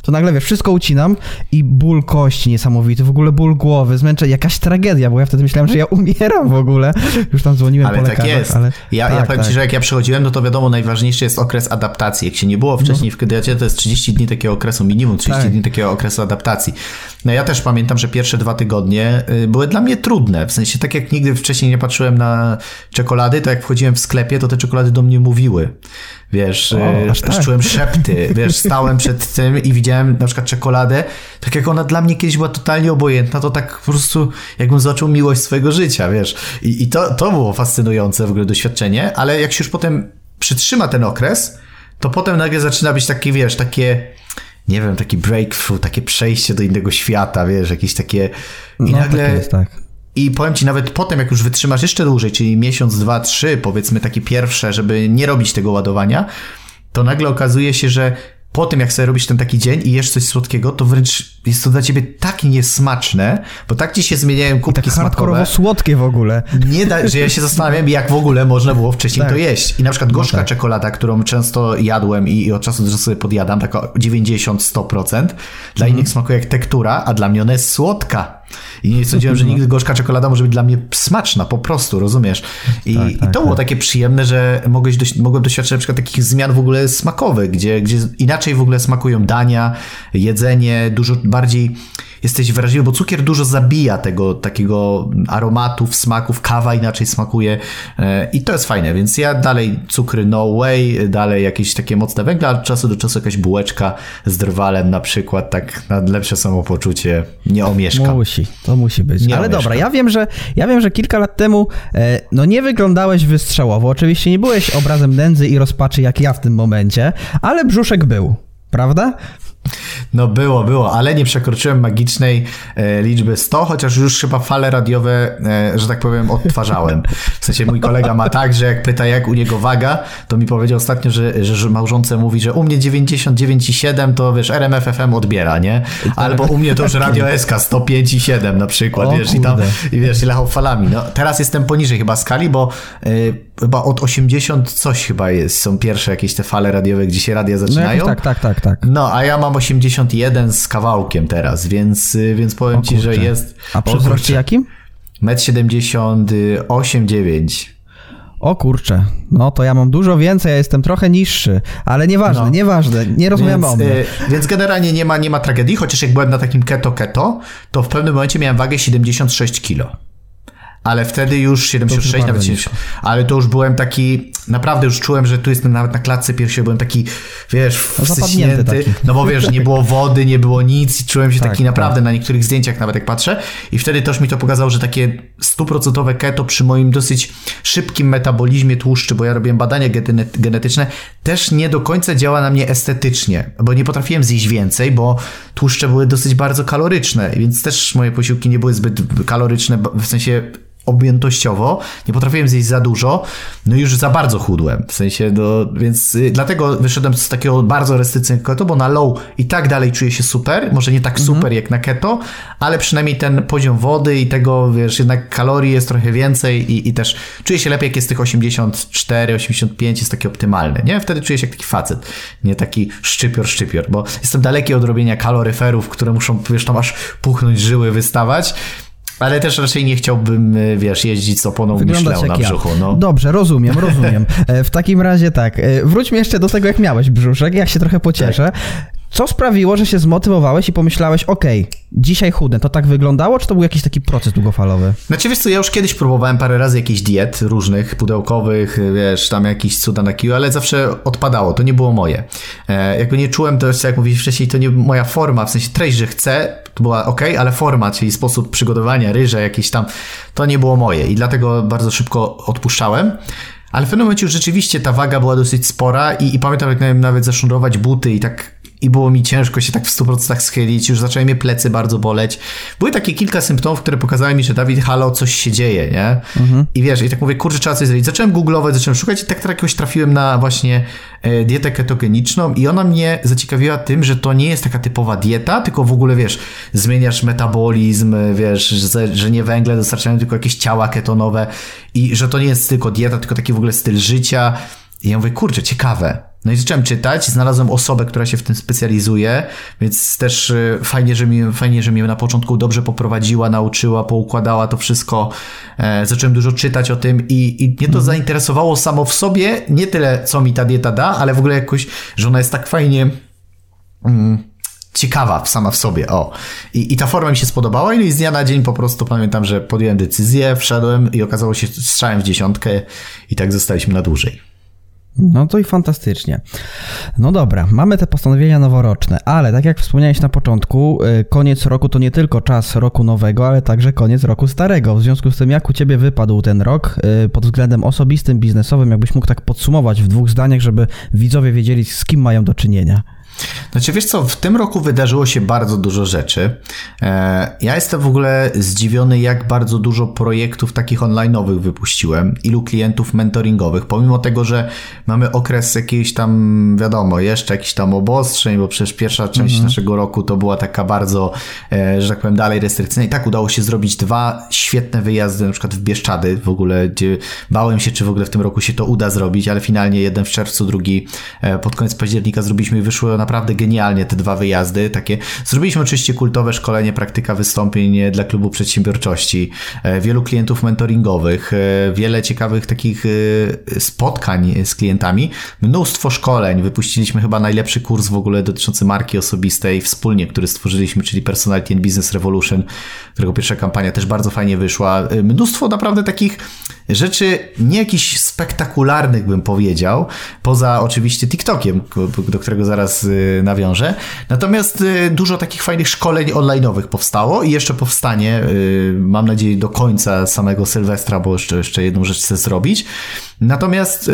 to nagle, wiesz, wszystko ucinam i ból kości niesamowity, w ogóle ból głowy, zmęczenie, jakaś tragedia, bo ja wtedy myślałem, że ja umieram w ogóle. Już tam dzwoniłem ale po tak lekarzach. Jest. Ale ja, tak, ja powiem tak. ci, że jak ja przychodziłem, no to wiadomo, najważniejszy jest okres adaptacji. Jak się nie było wcześniej no. w kediacie, to jest trzydzieści dni takiego okresu, minimum trzydzieści tak. dni takiego okresu adaptacji. No ja też pamiętam, że pierwsze dwa tygodnie były dla mnie trudne. W sensie tak jak nigdy wcześniej nie patrzyłem na czekolady, to jak wchodziłem w sklepie, to te czekolady do mnie mówiły. Wiesz, o, aż tak. czułem szepty, wiesz, stałem przed tym i widziałem na przykład czekoladę, tak jak ona dla mnie kiedyś była totalnie obojętna, to tak po prostu jakbym zobaczył miłość swojego życia, wiesz. I, i to, to było fascynujące w ogóle doświadczenie, ale jak się już potem przytrzyma ten okres, to potem nagle zaczyna być takie, wiesz, takie... nie wiem, taki breakthrough, takie przejście do innego świata, wiesz, jakieś takie... I no, nagle... tak jest, tak. I powiem ci, nawet potem, jak już wytrzymasz jeszcze dłużej, czyli miesiąc, dwa, trzy, powiedzmy takie pierwsze, żeby nie robić tego ładowania, to nagle okazuje się, że po tym, jak sobie robisz ten taki dzień i jesz coś słodkiego, to wręcz jest to dla ciebie tak niesmaczne, bo tak ci się zmieniają kubki tak smakowe. Tak słodkie w ogóle. Nie da, że ja się zastanawiam, jak w ogóle można było wcześniej tak. to jeść. I na przykład gorzka no tak. czekolada, którą często jadłem i, i od czasu do czasu sobie podjadam, tak o dziewięćdziesiąt do stu procent, dla mm. innych smakuje jak tektura, a dla mnie ona jest słodka. I nie sądziłem, że nigdy gorzka czekolada może być dla mnie smaczna, po prostu, rozumiesz? I, tak, tak, i to było tak. takie przyjemne, że mogłeś dość, mogłem doświadczyć na przykład takich zmian w ogóle smakowych, gdzie, gdzie inaczej w ogóle smakują dania, jedzenie, dużo bardziej jesteś wrażliwy, bo cukier dużo zabija tego takiego aromatów, smaków, kawa inaczej smakuje i to jest fajne, więc ja dalej cukry no way, dalej jakieś takie mocne węgle, a od czasu do czasu jakaś bułeczka z drwalem na przykład, tak na lepsze samopoczucie nie omieszkam. Musi, to musi być. Nie Ale omieszkam. dobra, ja wiem, że ja wiem, że kilka lat temu e, no nie wyglądałeś wystrzałowo, oczywiście nie byłeś obrazem nędzy i rozpaczy jak ja w tym momencie, ale brzuszek był, prawda? No było, było, ale nie przekroczyłem magicznej e, liczby sto, chociaż już chyba fale radiowe, e, że tak powiem, odtwarzałem. W sensie mój kolega ma tak, że jak pyta jak u niego waga, to mi powiedział ostatnio, że, że, że małżonce mówi, że u mnie dziewięćdziesiąt dziewięć i siedem to wiesz, R M F F M odbiera, nie? Albo u mnie to już Radio S K sto pięć i siedem na przykład, o, wiesz, i tam i wiesz, i lechał falami. No, teraz jestem poniżej chyba skali, bo y, chyba od osiemdziesiąt coś chyba jest, są pierwsze jakieś te fale radiowe, gdzie się radia zaczynają. No, tak, tak, tak, tak. No, a ja mam osiemdziesiąt jeden z kawałkiem teraz, więc, więc powiem o, ci, że jest... A przy wzroście jakim? metr siedemdziesiąt osiem dziewięć. O kurczę, no to ja mam dużo więcej, ja jestem trochę niższy, ale nieważne, no. nieważne, nie rozmawiamy więc, o mnie. Y, więc generalnie nie ma, nie ma tragedii, chociaż jak byłem na takim keto-keto, to w pewnym momencie miałem wagę siedemdziesiąt sześć kilo. Ale wtedy już siedemdziesiąt sześć, nawet siedemdziesiąt, ale to już byłem taki, naprawdę już czułem, że tu jestem nawet na klatce piersiowej, byłem taki, wiesz, wsyśnięty, no bo wiesz, nie było wody, nie było nic i czułem się tak, taki naprawdę tak. na niektórych zdjęciach nawet jak patrzę i wtedy też mi to pokazało, że takie stuprocentowe keto przy moim dosyć szybkim metabolizmie tłuszczy, bo ja robiłem badania genetyczne, też nie do końca działa na mnie estetycznie, bo nie potrafiłem zjeść więcej, bo tłuszcze były dosyć bardzo kaloryczne, więc też moje posiłki nie były zbyt kaloryczne, w sensie objętościowo, nie potrafiłem zjeść za dużo, no już za bardzo chudłem, w sensie, no, więc y, dlatego wyszedłem z takiego bardzo restrykcyjnego keto, bo na low i tak dalej czuję się super, może nie tak super mhm. jak na keto, ale przynajmniej ten poziom wody i tego, wiesz, jednak kalorii jest trochę więcej i, i też czuję się lepiej, jak jest tych osiemdziesiąt cztery, osiemdziesiąt pięć jest taki optymalny, nie? Wtedy czuję się jak taki facet, nie taki szczypior, szczypior, bo jestem daleki od robienia kaloryferów, które muszą, wiesz, tam aż puchnąć, żyły wystawać. Ale też raczej nie chciałbym, wiesz, jeździć z oponą Michelin na brzuchu. No. Dobrze, rozumiem, rozumiem. W takim razie tak, wróćmy jeszcze do tego, jak miałeś brzuszek, jak się trochę pocieszę. Tak. Co sprawiło, że się zmotywowałeś i pomyślałeś, okej, okay, dzisiaj chudnę, to tak wyglądało, czy to był jakiś taki proces długofalowy? Znaczy wiesz co, ja już kiedyś próbowałem parę razy jakichś diet różnych, pudełkowych, wiesz, tam jakiś cuda na kiju, ale zawsze odpadało, to nie było moje. E, jakby nie czułem, to jak mówiłeś wcześniej, to nie moja forma, w sensie treść, że chcę, to była okej, okay, ale forma, czyli sposób przygotowania, ryże jakieś tam, to nie było moje i dlatego bardzo szybko odpuszczałem. Ale w pewnym momencie już rzeczywiście ta waga była dosyć spora i, i pamiętam, jak miałem nawet zasznurować buty i tak i było mi ciężko się tak w stu procentach schylić, już zaczęły mnie plecy bardzo boleć. Były takie kilka symptomów, które pokazały mi, że Dawid, halo, coś się dzieje, nie? Mhm. I wiesz, i tak mówię, kurczę, trzeba coś zrobić. Zacząłem googlować, zacząłem szukać i tak jakoś trafiłem na właśnie e, dietę ketogeniczną i ona mnie zaciekawiła tym, że to nie jest taka typowa dieta, tylko w ogóle, wiesz, zmieniasz metabolizm, wiesz, że, że nie węgle dostarczają, tylko jakieś ciała ketonowe i że to nie jest tylko dieta, tylko taki w ogóle styl życia. I ja mówię, kurczę, ciekawe. No i zacząłem czytać, znalazłem osobę, która się w tym specjalizuje, więc też fajnie, że mi, fajnie, że mnie na początku dobrze poprowadziła, nauczyła, poukładała to wszystko. E, zacząłem dużo czytać o tym i, i mnie to mhm. zainteresowało samo w sobie, nie tyle co mi ta dieta da, ale w ogóle jakoś, że ona jest tak fajnie... Mm, ciekawa sama w sobie, o. I, I ta forma mi się spodobała i z dnia na dzień po prostu pamiętam, że podjąłem decyzję, wszedłem i okazało się, że strzałem w dziesiątkę i tak zostaliśmy na dłużej. No to i fantastycznie. No dobra, mamy te postanowienia noworoczne, ale tak jak wspomniałeś na początku, koniec roku to nie tylko czas roku nowego, ale także koniec roku starego. W związku z tym, jak u Ciebie wypadł ten rok pod względem osobistym, biznesowym, jakbyś mógł tak podsumować w dwóch zdaniach, żeby widzowie wiedzieli, z kim mają do czynienia? Znaczy, wiesz co, w tym roku wydarzyło się bardzo dużo rzeczy. Ja jestem w ogóle zdziwiony, jak bardzo dużo projektów takich online'owych wypuściłem, ilu klientów mentoringowych, pomimo tego, że mamy okres jakiejś tam, wiadomo, jeszcze jakichś tam obostrzeń, bo przecież pierwsza część mhm. naszego roku to była taka bardzo, że tak powiem, dalej restrykcyjna i tak udało się zrobić dwa świetne wyjazdy, na przykład w Bieszczady w ogóle, gdzie bałem się, czy w ogóle w tym roku się to uda zrobić, ale finalnie jeden w czerwcu, drugi pod koniec października zrobiliśmy i wyszło naprawdę genialnie te dwa wyjazdy, takie. Zrobiliśmy oczywiście kultowe szkolenie, praktyka wystąpień dla klubu przedsiębiorczości, wielu klientów mentoringowych, wiele ciekawych takich spotkań z klientami, mnóstwo szkoleń, wypuściliśmy chyba najlepszy kurs w ogóle dotyczący marki osobistej wspólnie, który stworzyliśmy, czyli Personality and Business Revolution, którego pierwsza kampania też bardzo fajnie wyszła. Mnóstwo naprawdę takich rzeczy, nie jakichś spektakularnych bym powiedział, poza oczywiście TikTokiem, do którego zaraz nawiążę. Natomiast dużo takich fajnych szkoleń online'owych powstało i jeszcze powstanie, mam nadzieję, do końca samego Sylwestra, bo jeszcze, jeszcze jedną rzecz chcę zrobić. Natomiast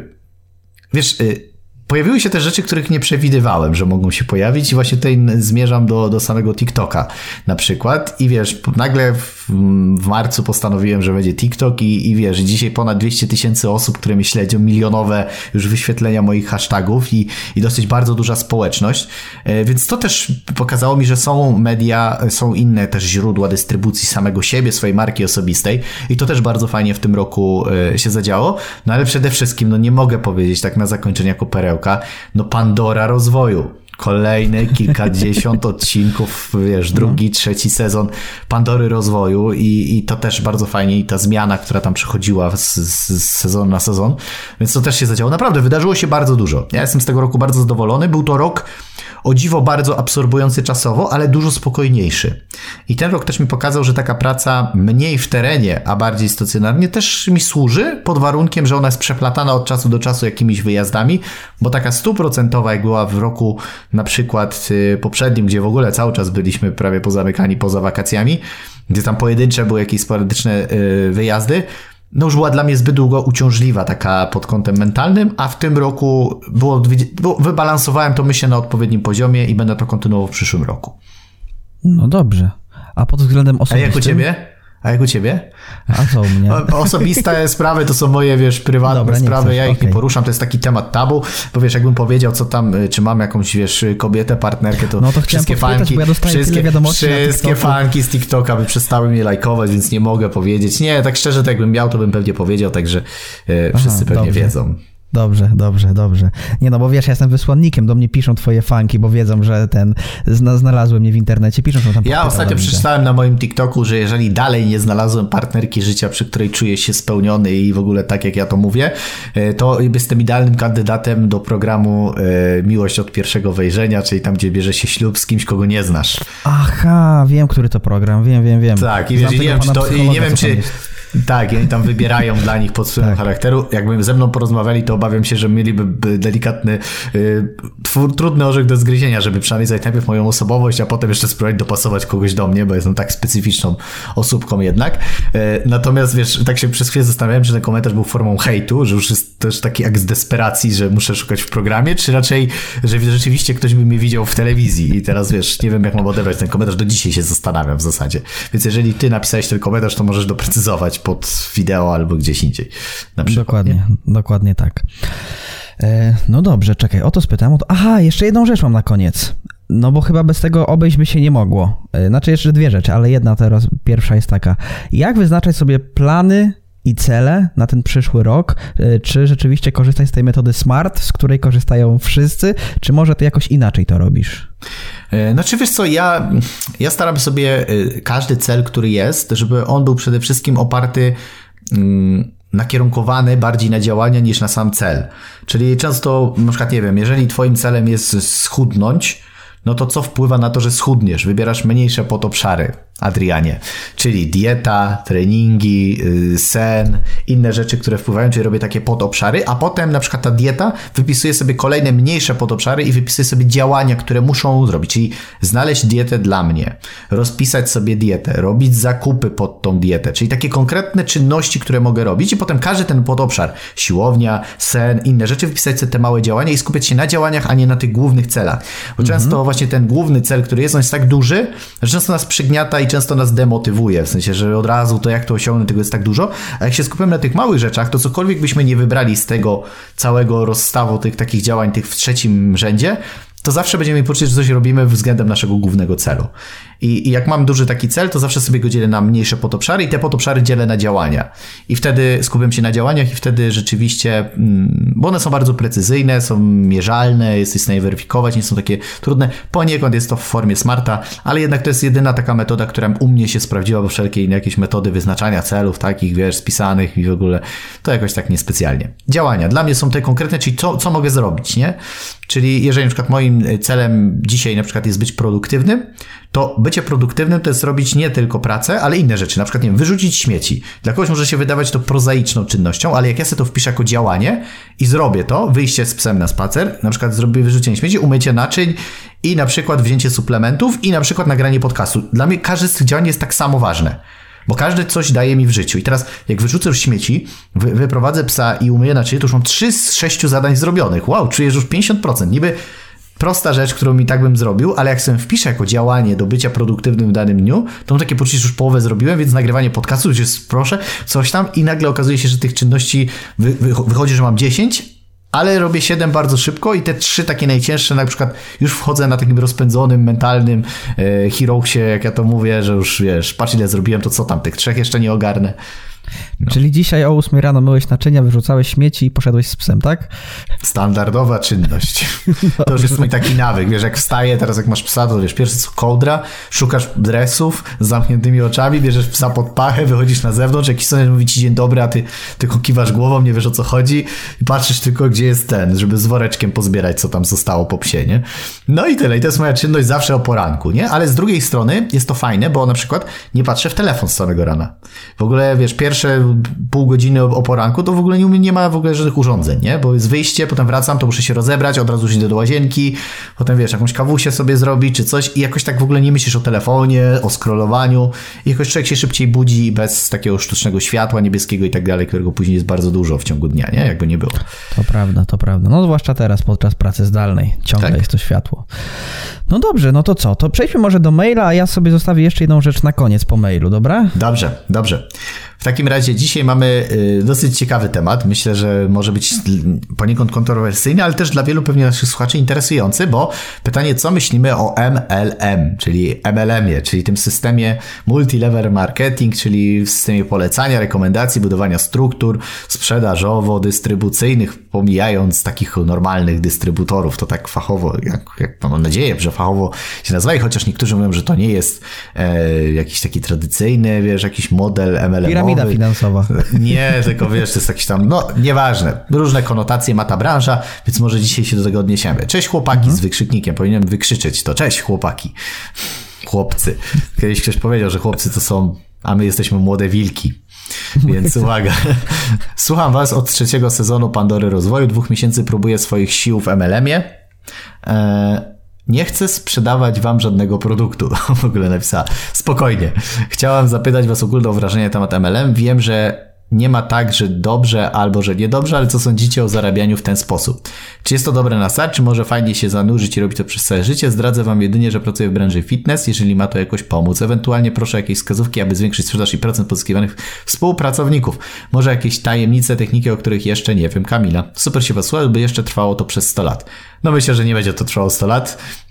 wiesz, pojawiły się też rzeczy, których nie przewidywałem, że mogą się pojawić i właśnie tutaj zmierzam do, do samego TikToka na przykład i wiesz, nagle w, w marcu postanowiłem, że będzie TikTok i, i wiesz, dzisiaj ponad dwieście tysięcy osób, które mnie śledzą, milionowe już wyświetlenia moich hashtagów i, i dosyć bardzo duża społeczność, więc to też pokazało mi, że są media, są inne też źródła dystrybucji samego siebie, swojej marki osobistej i to też bardzo fajnie w tym roku się zadziało, no ale przede wszystkim, no nie mogę powiedzieć tak na zakończenie jako perełka, no Pandora rozwoju. Kolejne kilkadziesiąt odcinków, wiesz, drugi, trzeci sezon Pandory rozwoju i, i to też bardzo fajnie i ta zmiana, która tam przychodziła z, z, z sezonu na sezon, więc to też się zadziało. Naprawdę wydarzyło się bardzo dużo. Ja jestem z tego roku bardzo zadowolony. Był to rok o dziwo bardzo absorbujący czasowo, ale dużo spokojniejszy. I ten rok też mi pokazał, że taka praca mniej w terenie, a bardziej stacjonarnie też mi służy pod warunkiem, że ona jest przeplatana od czasu do czasu jakimiś wyjazdami, bo taka stuprocentowa jak była w roku na przykład poprzednim, gdzie w ogóle cały czas byliśmy prawie pozamykani poza wakacjami, gdzie tam pojedyncze były jakieś sporadyczne wyjazdy, no już była dla mnie zbyt długo uciążliwa taka pod kątem mentalnym, a w tym roku było, było, wybalansowałem to myślę na odpowiednim poziomie i będę to kontynuował w przyszłym roku. No dobrze. A pod względem osobistym? A jak u ciebie? A jak u ciebie? A co u mnie? Osobiste sprawy to są moje, wiesz, prywatne Dobra, sprawy, ja ich okay. nie poruszam, to jest taki temat tabu, bo wiesz, jakbym powiedział, co tam, czy mam jakąś, wiesz, kobietę, partnerkę, to, no to wszystkie fanki, ja wszystkie, wszystkie fanki z TikToka by przestały mnie lajkować, więc nie mogę powiedzieć. Nie, tak szczerze, to jakbym miał, to bym pewnie powiedział, także e, wszyscy Aha, pewnie dobrze. wiedzą. Dobrze, dobrze, dobrze. Nie no, bo wiesz, ja jestem wysłannikiem, do mnie piszą twoje fanki, bo wiedzą, że ten, znalazły mnie w internecie, piszą, że tam Ja ostatnio przeczytałem na moim TikToku, że jeżeli dalej nie znalazłem partnerki życia, przy której czuję się spełniony i w ogóle tak jak ja to mówię, to jestem idealnym kandydatem do programu Miłość od pierwszego wejrzenia, czyli tam, gdzie bierze się ślub z kimś, kogo nie znasz. Aha, wiem, który to program, wiem, wiem, wiem. Tak, i, wiesz, i nie wiem, czy to, i nie wiem, czy... Tak, i oni tam wybierają dla nich pod swoim tak. charakteru. Jakby ze mną porozmawiali, to obawiam się, że mieliby delikatny, y, twór, trudny orzech do zgryzienia, żeby przynajmniej znaleźć najpierw moją osobowość, a potem jeszcze spróbować dopasować kogoś do mnie, bo jestem tak specyficzną osóbką jednak. Y, natomiast wiesz, tak się przez chwilę zastanawiałem, czy ten komentarz był formą hejtu, że już jest też taki akt z desperacji, że muszę szukać w programie, czy raczej, że rzeczywiście ktoś by mnie widział w telewizji i teraz wiesz, nie wiem jak mam odebrać ten komentarz, do dzisiaj się zastanawiam w zasadzie. Więc jeżeli ty napisałeś ten komentarz, to możesz doprecyzować pod wideo albo gdzieś indziej. Na przykład, dokładnie, nie? dokładnie tak. E, no dobrze, czekaj, o to spytałem. O to... Aha, jeszcze jedną rzecz mam na koniec. No bo chyba bez tego obejść by się nie mogło. E, znaczy jeszcze dwie rzeczy, ale jedna teraz, pierwsza jest taka. Jak wyznaczać sobie plany i cele na ten przyszły rok? Czy rzeczywiście korzystać z tej metody SMART, z której korzystają wszyscy, czy może ty jakoś inaczej to robisz? Znaczy wiesz co, ja, ja staram sobie każdy cel, który jest, żeby on był przede wszystkim oparty, mm, nakierunkowany bardziej na działania niż na sam cel. Czyli często, na przykład nie wiem, jeżeli twoim celem jest schudnąć, no to co wpływa na to, że schudniesz? Wybierasz mniejsze podobszary, Adrianie, czyli dieta, treningi, sen, inne rzeczy, które wpływają, czyli robię takie podobszary, a potem na przykład ta dieta wypisuje sobie kolejne mniejsze podobszary i wypisuje sobie działania, które muszą zrobić, czyli znaleźć dietę dla mnie, rozpisać sobie dietę, robić zakupy pod tą dietę, czyli takie konkretne czynności, które mogę robić i potem każdy ten podobszar, siłownia, sen, inne rzeczy, wypisać sobie te małe działania i skupiać się na działaniach, a nie na tych głównych celach, bo mhm. często właśnie ten główny cel, który jest, on jest tak duży, że często nas przygniata i często nas demotywuje, w sensie, że od razu to jak to osiągnąć, tego jest tak dużo, a jak się skupimy na tych małych rzeczach, to cokolwiek byśmy nie wybrali z tego całego rozstawu tych takich działań, tych w trzecim rzędzie, to zawsze będziemy mieli poczucie, że coś robimy względem naszego głównego celu. I, I jak mam duży taki cel, to zawsze sobie go dzielę na mniejsze podobszary i te podobszary dzielę na działania. I wtedy skupiam się na działaniach i wtedy rzeczywiście, bo one są bardzo precyzyjne, są mierzalne, jesteś w stanie weryfikować, nie są takie trudne. Poniekąd jest to w formie smarta, ale jednak to jest jedyna taka metoda, która u mnie się sprawdziła, bo wszelkie inne jakieś metody wyznaczania celów, takich, wiesz, spisanych i w ogóle, to jakoś tak niespecjalnie. Działania. Dla mnie są te konkretne, czyli co, co mogę zrobić, nie? Czyli jeżeli na przykład moim celem dzisiaj na przykład jest być produktywnym, to bycie produktywnym to jest robić nie tylko pracę, ale inne rzeczy. Na przykład, nie wiem, wyrzucić śmieci. Dla kogoś może się wydawać to prozaiczną czynnością, ale jak ja sobie to wpiszę jako działanie i zrobię to, wyjście z psem na spacer, na przykład zrobię wyrzucenie śmieci, umycie naczyń i na przykład wzięcie suplementów i na przykład nagranie podcastu. Dla mnie każde z tych działań jest tak samo ważne. Bo każdy coś daje mi w życiu. I teraz jak wyrzucę już śmieci, wy, wyprowadzę psa i umyję naczynie, to już mam trzy z sześciu zadań zrobionych. Wow, czujesz już pięćdziesiąt procent. Niby prosta rzecz, którą mi tak bym zrobił, ale jak sobie wpiszę jako działanie do bycia produktywnym w danym dniu, to mam takie poczucie, że już połowę zrobiłem, więc nagrywanie podcastu, już jest proszę, coś tam i nagle okazuje się, że tych czynności wy, wy, wychodzi, że mam dziesięć, ale robię siedem bardzo szybko i te trzy takie najcięższe, na przykład już wchodzę na takim rozpędzonym, mentalnym e, heroesie, jak ja to mówię, że już wiesz, patrz ile zrobiłem, to co tam, tych trzech jeszcze nie ogarnę. No. Czyli dzisiaj o ósmej rano myłeś naczynia, wyrzucałeś śmieci i poszedłeś z psem, tak? Standardowa czynność. To już jest mój taki nawyk. Wiesz, jak wstaję, teraz jak masz psa, to wiesz, pierwszy co kołdra, szukasz dresów z zamkniętymi oczami, bierzesz psa pod pachę, wychodzisz na zewnątrz, jakiś sąsiad mówi ci dzień dobry, a ty tylko kiwasz głową, nie wiesz o co chodzi i patrzysz tylko, gdzie jest ten, żeby z woreczkiem pozbierać, co tam zostało po psie, nie? No i tyle. I to jest moja czynność zawsze o poranku, nie? Ale z drugiej strony jest to fajne, bo na przykład nie patrzę w telefon z samego rana. W ogóle, wiesz, pierwsze pół godziny o poranku, to w ogóle nie, nie ma w ogóle żadnych urządzeń, nie? Bo jest wyjście, potem wracam, to muszę się rozebrać, od razu iść do łazienki, potem wiesz, jakąś kawusię sobie zrobić, czy coś i jakoś tak w ogóle nie myślisz o telefonie, o scrollowaniu i jakoś człowiek się szybciej budzi bez takiego sztucznego światła niebieskiego i tak dalej, którego później jest bardzo dużo w ciągu dnia, nie? Jakby nie było. To prawda, to prawda. No zwłaszcza teraz, podczas pracy zdalnej, ciągle tak. Jest to światło. No dobrze, no to co? To przejdźmy może do maila, a ja sobie zostawię jeszcze jedną rzecz na koniec po mailu, dobra? Dobrze, dobrze. W takim razie dzisiaj mamy dosyć ciekawy temat. Myślę, że może być poniekąd kontrowersyjny, ale też dla wielu pewnie naszych słuchaczy interesujący, bo pytanie, co myślimy o M L M, czyli M L M-ie, czyli tym systemie multi-level marketing, czyli w systemie polecania, rekomendacji, budowania struktur sprzedażowo-dystrybucyjnych, pomijając takich normalnych dystrybutorów, to tak fachowo, jak, jak mam nadzieję, że fachowo się nazywa, i chociaż niektórzy mówią, że to nie jest e, jakiś taki tradycyjny, wiesz, jakiś model M L M. Piramida finansowa. Nie, tylko wiesz, to jest jakiś tam, no nieważne, różne konotacje ma ta branża, więc może dzisiaj się do tego odniesiemy. Cześć chłopaki mhm. z wykrzyknikiem, powinienem wykrzyczeć to. Cześć chłopaki. Chłopcy. Kiedyś ktoś powiedział, że chłopcy to są, a my jesteśmy młode wilki. Więc uwaga. Słucham was od trzeciego sezonu Pandory Rozwoju. Dwóch miesięcy próbuję swoich sił w M L M-ie. Eee, Nie chcę sprzedawać wam żadnego produktu. W ogóle napisała. Spokojnie. Chciałam zapytać was ogólne o wrażenie na temat M L M. Wiem, że nie ma tak, że dobrze albo że niedobrze, ale co sądzicie o zarabianiu w ten sposób? Czy jest to dobre na start, czy może fajnie się zanurzyć i robić to przez całe życie? Zdradzę wam jedynie, że pracuję w branży fitness, jeżeli ma to jakoś pomóc. Ewentualnie proszę jakieś wskazówki, aby zwiększyć sprzedaż i procent pozyskiwanych współpracowników. Może jakieś tajemnice, techniki, o których jeszcze nie wiem. Kamila. Super się was słucha, by jeszcze trwało to przez sto lat. No myślę, że nie będzie to trwało sto lat.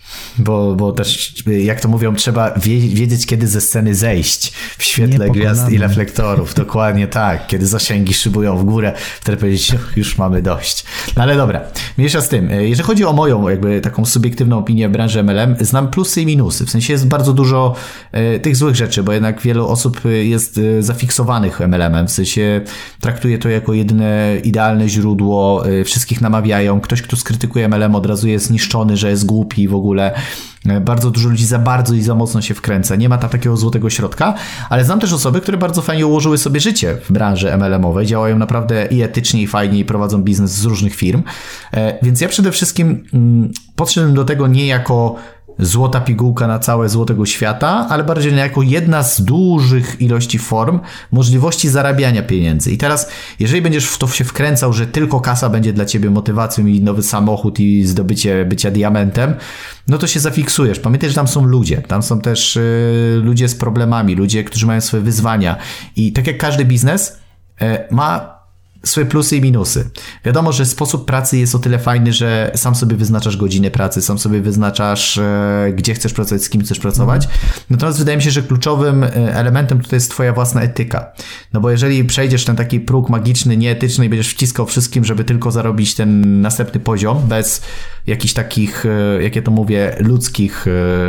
Bo, bo też, jak to mówią, trzeba wiedzieć, kiedy ze sceny zejść w świetle gwiazd i reflektorów. Dokładnie tak. Kiedy zasięgi szybują w górę, wtedy powiedzieć, już mamy dość. No ale dobra, mniejsza z tym. Jeżeli chodzi o moją jakby taką subiektywną opinię w branży M L M, znam plusy i minusy. W sensie jest bardzo dużo e, tych złych rzeczy, bo jednak wielu osób jest e, zafiksowanych M L M-em. W sensie traktuje to jako jedyne idealne źródło. E, wszystkich namawiają. Ktoś, kto skrytykuje M L M, od razu jest zniszczony, że jest głupi i w ogóle. Bardzo dużo ludzi za bardzo i za mocno się wkręca. Nie ma tam takiego złotego środka, ale znam też osoby, które bardzo fajnie ułożyły sobie życie w branży M L M-owej, działają naprawdę i etycznie, i fajnie, i prowadzą biznes z różnych firm. Więc ja przede wszystkim podszedłem do tego nie jako złota pigułka na całe złotego świata, ale bardziej jako jedna z dużych ilości form możliwości zarabiania pieniędzy. I teraz, jeżeli będziesz w to się wkręcał, że tylko kasa będzie dla ciebie motywacją i nowy samochód i zdobycie bycia diamentem, no to się zafiksujesz. Pamiętaj, że tam są ludzie. Tam są też y, ludzie z problemami, ludzie, którzy mają swoje wyzwania. I tak jak każdy biznes y, ma swoje plusy i minusy. Wiadomo, że sposób pracy jest o tyle fajny, że sam sobie wyznaczasz godziny pracy, sam sobie wyznaczasz, e, gdzie chcesz pracować, z kim chcesz pracować. Mm. Natomiast wydaje mi się, że kluczowym elementem tutaj jest twoja własna etyka. No bo jeżeli przejdziesz ten taki próg magiczny, nieetyczny i będziesz wciskał wszystkim, żeby tylko zarobić ten następny poziom, bez jakichś takich, e, jak ja to mówię, ludzkich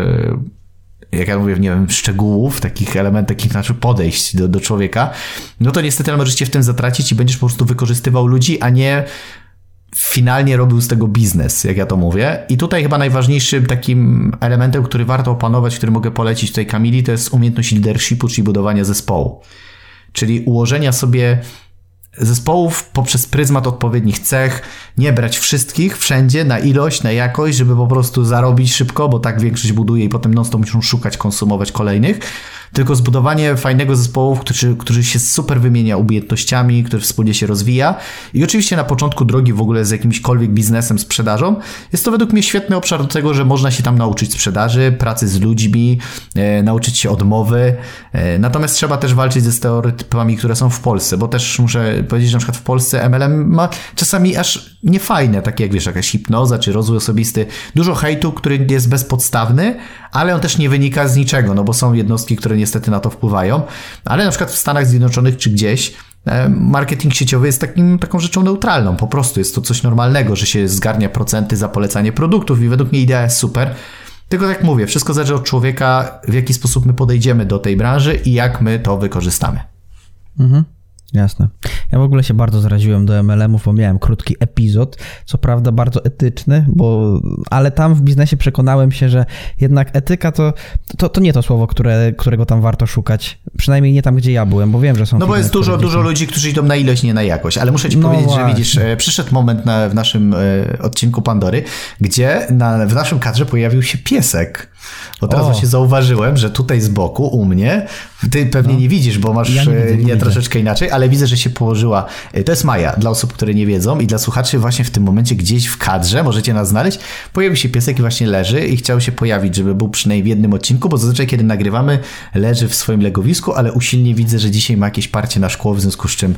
e, jak ja mówię, nie wiem, szczegółów, takich elementów, takich naszych podejść do, do człowieka, no to niestety możesz się w tym zatracić i będziesz po prostu wykorzystywał ludzi, a nie finalnie robił z tego biznes, jak ja to mówię. I tutaj chyba najważniejszym takim elementem, który warto opanować, który mogę polecić tutaj Kamili, to jest umiejętność leadershipu, czyli budowania zespołu. Czyli ułożenia sobie zespołów poprzez pryzmat odpowiednich cech, nie brać wszystkich wszędzie na ilość, na jakość, żeby po prostu zarobić szybko, bo tak większość buduje i potem non-stop muszą szukać, konsumować kolejnych, tylko zbudowanie fajnego zespołu, który, który się super wymienia umiejętnościami, który wspólnie się rozwija i oczywiście na początku drogi w ogóle z jakimśkolwiek biznesem, sprzedażą, jest to według mnie świetny obszar do tego, że można się tam nauczyć sprzedaży, pracy z ludźmi, e, nauczyć się odmowy, e, natomiast trzeba też walczyć ze stereotypami, które są w Polsce, bo też muszę powiedzieć, że na przykład w Polsce M L M ma czasami aż niefajne, takie jak wiesz, jakaś hipnoza czy rozwój osobisty, dużo hejtu, który jest bezpodstawny, ale on też nie wynika z niczego, no bo są jednostki, które niestety na to wpływają, ale na przykład w Stanach Zjednoczonych czy gdzieś marketing sieciowy jest takim, taką rzeczą neutralną, po prostu jest to coś normalnego, że się zgarnia procenty za polecanie produktów i według mnie idea jest super, tylko tak jak mówię, wszystko zależy od człowieka, w jaki sposób my podejdziemy do tej branży i jak my to wykorzystamy. Mhm. Jasne. Ja w ogóle się bardzo zaraziłem do M L M-ów, bo miałem krótki epizod, co prawda bardzo etyczny, bo, ale tam w biznesie przekonałem się, że jednak etyka to, to, to nie to słowo, które, którego tam warto szukać. Przynajmniej nie tam, gdzie ja byłem, bo wiem, że są... No bo jest dużo, dużo ludzi, którzy idą na ilość, nie na jakość, ale muszę ci no powiedzieć, właśnie. że widzisz, przyszedł moment na, w naszym e, odcinku Pandory, gdzie na, w naszym kadrze pojawił się piesek. Bo teraz o. właśnie zauważyłem, że tutaj z boku u mnie, ty pewnie no. nie widzisz, bo masz ja nie, widzę, nie, nie troszeczkę inaczej, ale widzę, że się położyła. To jest Maja, dla osób, które nie wiedzą i dla słuchaczy właśnie w tym momencie gdzieś w kadrze, możecie nas znaleźć, pojawił się piesek i właśnie leży i chciał się pojawić, żeby był przynajmniej w jednym odcinku, bo zazwyczaj kiedy nagrywamy, leży w swoim legowisku, ale usilnie widzę, że dzisiaj ma jakieś parcie na szkło, w związku z czym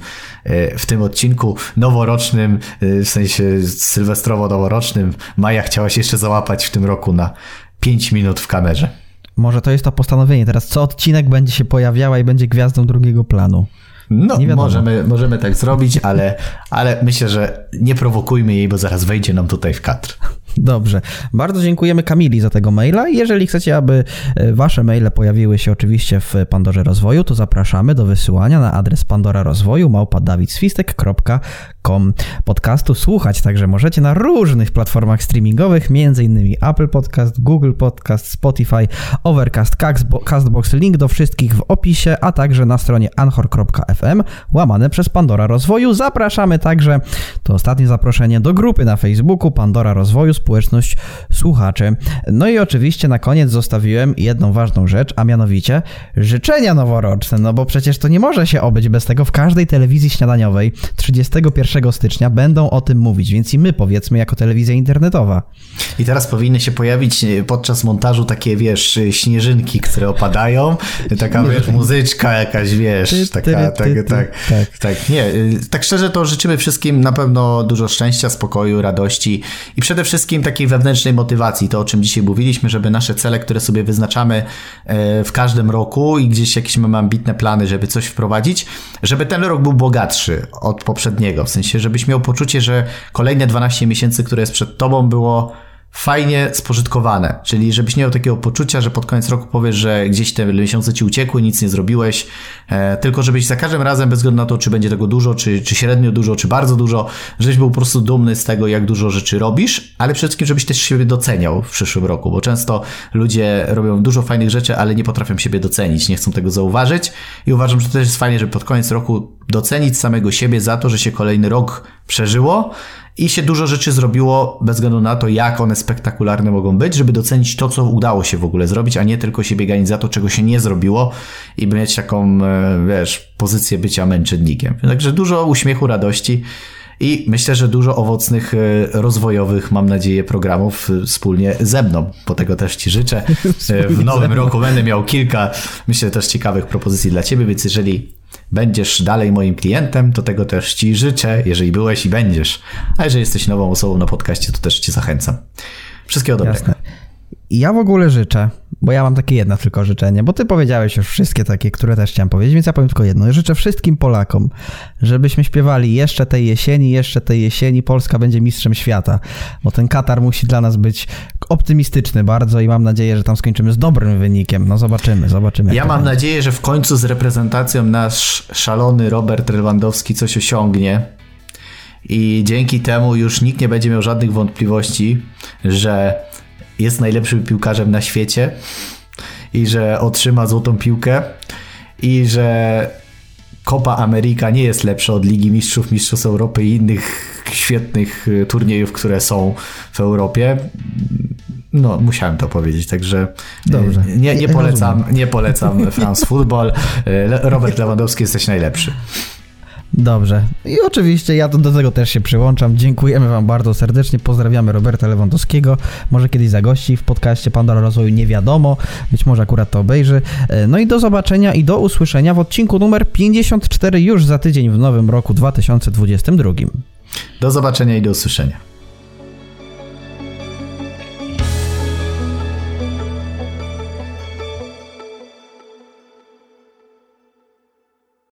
w tym odcinku noworocznym, w sensie sylwestrowo-noworocznym, Maja chciała się jeszcze załapać w tym roku na pięć minut w kamerze. Może to jest to postanowienie. Teraz co odcinek będzie się pojawiała i będzie gwiazdą drugiego planu. No, możemy, możemy tak zrobić, ale, ale myślę, że nie prowokujmy jej, bo zaraz wejdzie nam tutaj w kadr. Dobrze. Bardzo dziękujemy Kamili za tego maila. Jeżeli chcecie, aby wasze maile pojawiły się oczywiście w Pandorze Rozwoju, to zapraszamy do wysyłania na adres pandora rozwoju małpa dawid swistek kropka com. Podcastu słuchać także możecie na różnych platformach streamingowych, m.in. Apple Podcast, Google Podcast, Spotify, Overcast, Castbox. Link do wszystkich w opisie, a także na stronie anchor kropka f m łamane przez Pandora Rozwoju. Zapraszamy także, to ostatnie zaproszenie, do grupy na Facebooku Pandora Rozwoju, społeczność słuchaczy. No i oczywiście na koniec zostawiłem jedną ważną rzecz, a mianowicie życzenia noworoczne, no bo przecież to nie może się obyć bez tego. W każdej telewizji śniadaniowej trzydziestego pierwszego stycznia będą o tym mówić, więc i my powiedzmy jako telewizja internetowa. I teraz powinny się pojawić podczas montażu takie, wiesz, śnieżynki, które opadają, taka, wiesz, muzyczka jakaś, wiesz, taka, tak, tak, tak, tak, nie, tak szczerze to życzymy wszystkim na pewno dużo szczęścia, spokoju, radości i przede wszystkim wszystkim takiej wewnętrznej motywacji, to o czym dzisiaj mówiliśmy, żeby nasze cele, które sobie wyznaczamy w każdym roku i gdzieś jakieś mamy ambitne plany, żeby coś wprowadzić, żeby ten rok był bogatszy od poprzedniego, w sensie, żebyś miał poczucie, że kolejne dwanaście miesięcy, które jest przed tobą, było fajnie spożytkowane, czyli żebyś nie miał takiego poczucia, że pod koniec roku powiesz, że gdzieś te miesiące ci uciekły, nic nie zrobiłeś, e, tylko żebyś za każdym razem, bez względu na to, czy będzie tego dużo, czy, czy średnio dużo, czy bardzo dużo, żebyś był po prostu dumny z tego, jak dużo rzeczy robisz, ale przede wszystkim, żebyś też siebie doceniał w przyszłym roku, bo często ludzie robią dużo fajnych rzeczy, ale nie potrafią siebie docenić, nie chcą tego zauważyć i uważam, że to też jest fajnie, żeby pod koniec roku docenić samego siebie za to, że się kolejny rok przeżyło i się dużo rzeczy zrobiło bez względu na to, jak one spektakularne mogą być, żeby docenić to, co udało się w ogóle zrobić, a nie tylko się ganić za to, czego się nie zrobiło i mieć taką, wiesz, pozycję bycia męczennikiem. Także dużo uśmiechu, radości i myślę, że dużo owocnych, rozwojowych, mam nadzieję, programów wspólnie ze mną, bo tego też ci życzę. W nowym roku będę miał kilka, myślę, też ciekawych propozycji dla ciebie, więc jeżeli będziesz dalej moim klientem, to tego też ci życzę, jeżeli byłeś i będziesz. A jeżeli jesteś nową osobą na podcaście, to też cię zachęcam. Wszystkiego dobrego. Jasne. Ja w ogóle życzę, bo ja mam takie jedno tylko życzenie, bo ty powiedziałeś już wszystkie takie, które też chciałem powiedzieć, więc ja powiem tylko jedno. Życzę wszystkim Polakom, żebyśmy śpiewali jeszcze tej jesieni, jeszcze tej jesieni Polska będzie mistrzem świata, bo ten Katar musi dla nas być optymistyczny bardzo i mam nadzieję, że tam skończymy z dobrym wynikiem. No zobaczymy, zobaczymy. Ja mam nadzieję, że w końcu z reprezentacją nasz szalony Robert Lewandowski coś osiągnie i dzięki temu już nikt nie będzie miał żadnych wątpliwości, że jest najlepszym piłkarzem na świecie i że otrzyma złotą piłkę i że Copa America nie jest lepsza od Ligi Mistrzów, Mistrzostw Europy i innych świetnych turniejów, które są w Europie. No, musiałem to powiedzieć, także Dobrze. Nie, nie polecam, nie polecam France Football. Robert Lewandowski, jesteś najlepszy. Dobrze. I oczywiście ja do, do tego też się przyłączam. Dziękujemy wam bardzo serdecznie. Pozdrawiamy Roberta Lewandowskiego. Może kiedyś zagości w podcaście Pandora Rozwoju, nie wiadomo. Być może akurat to obejrzy. No i do zobaczenia i do usłyszenia w odcinku numer pięćdziesiąt cztery już za tydzień w nowym roku dwa tysiące dwudziestym drugim. Do zobaczenia i do usłyszenia.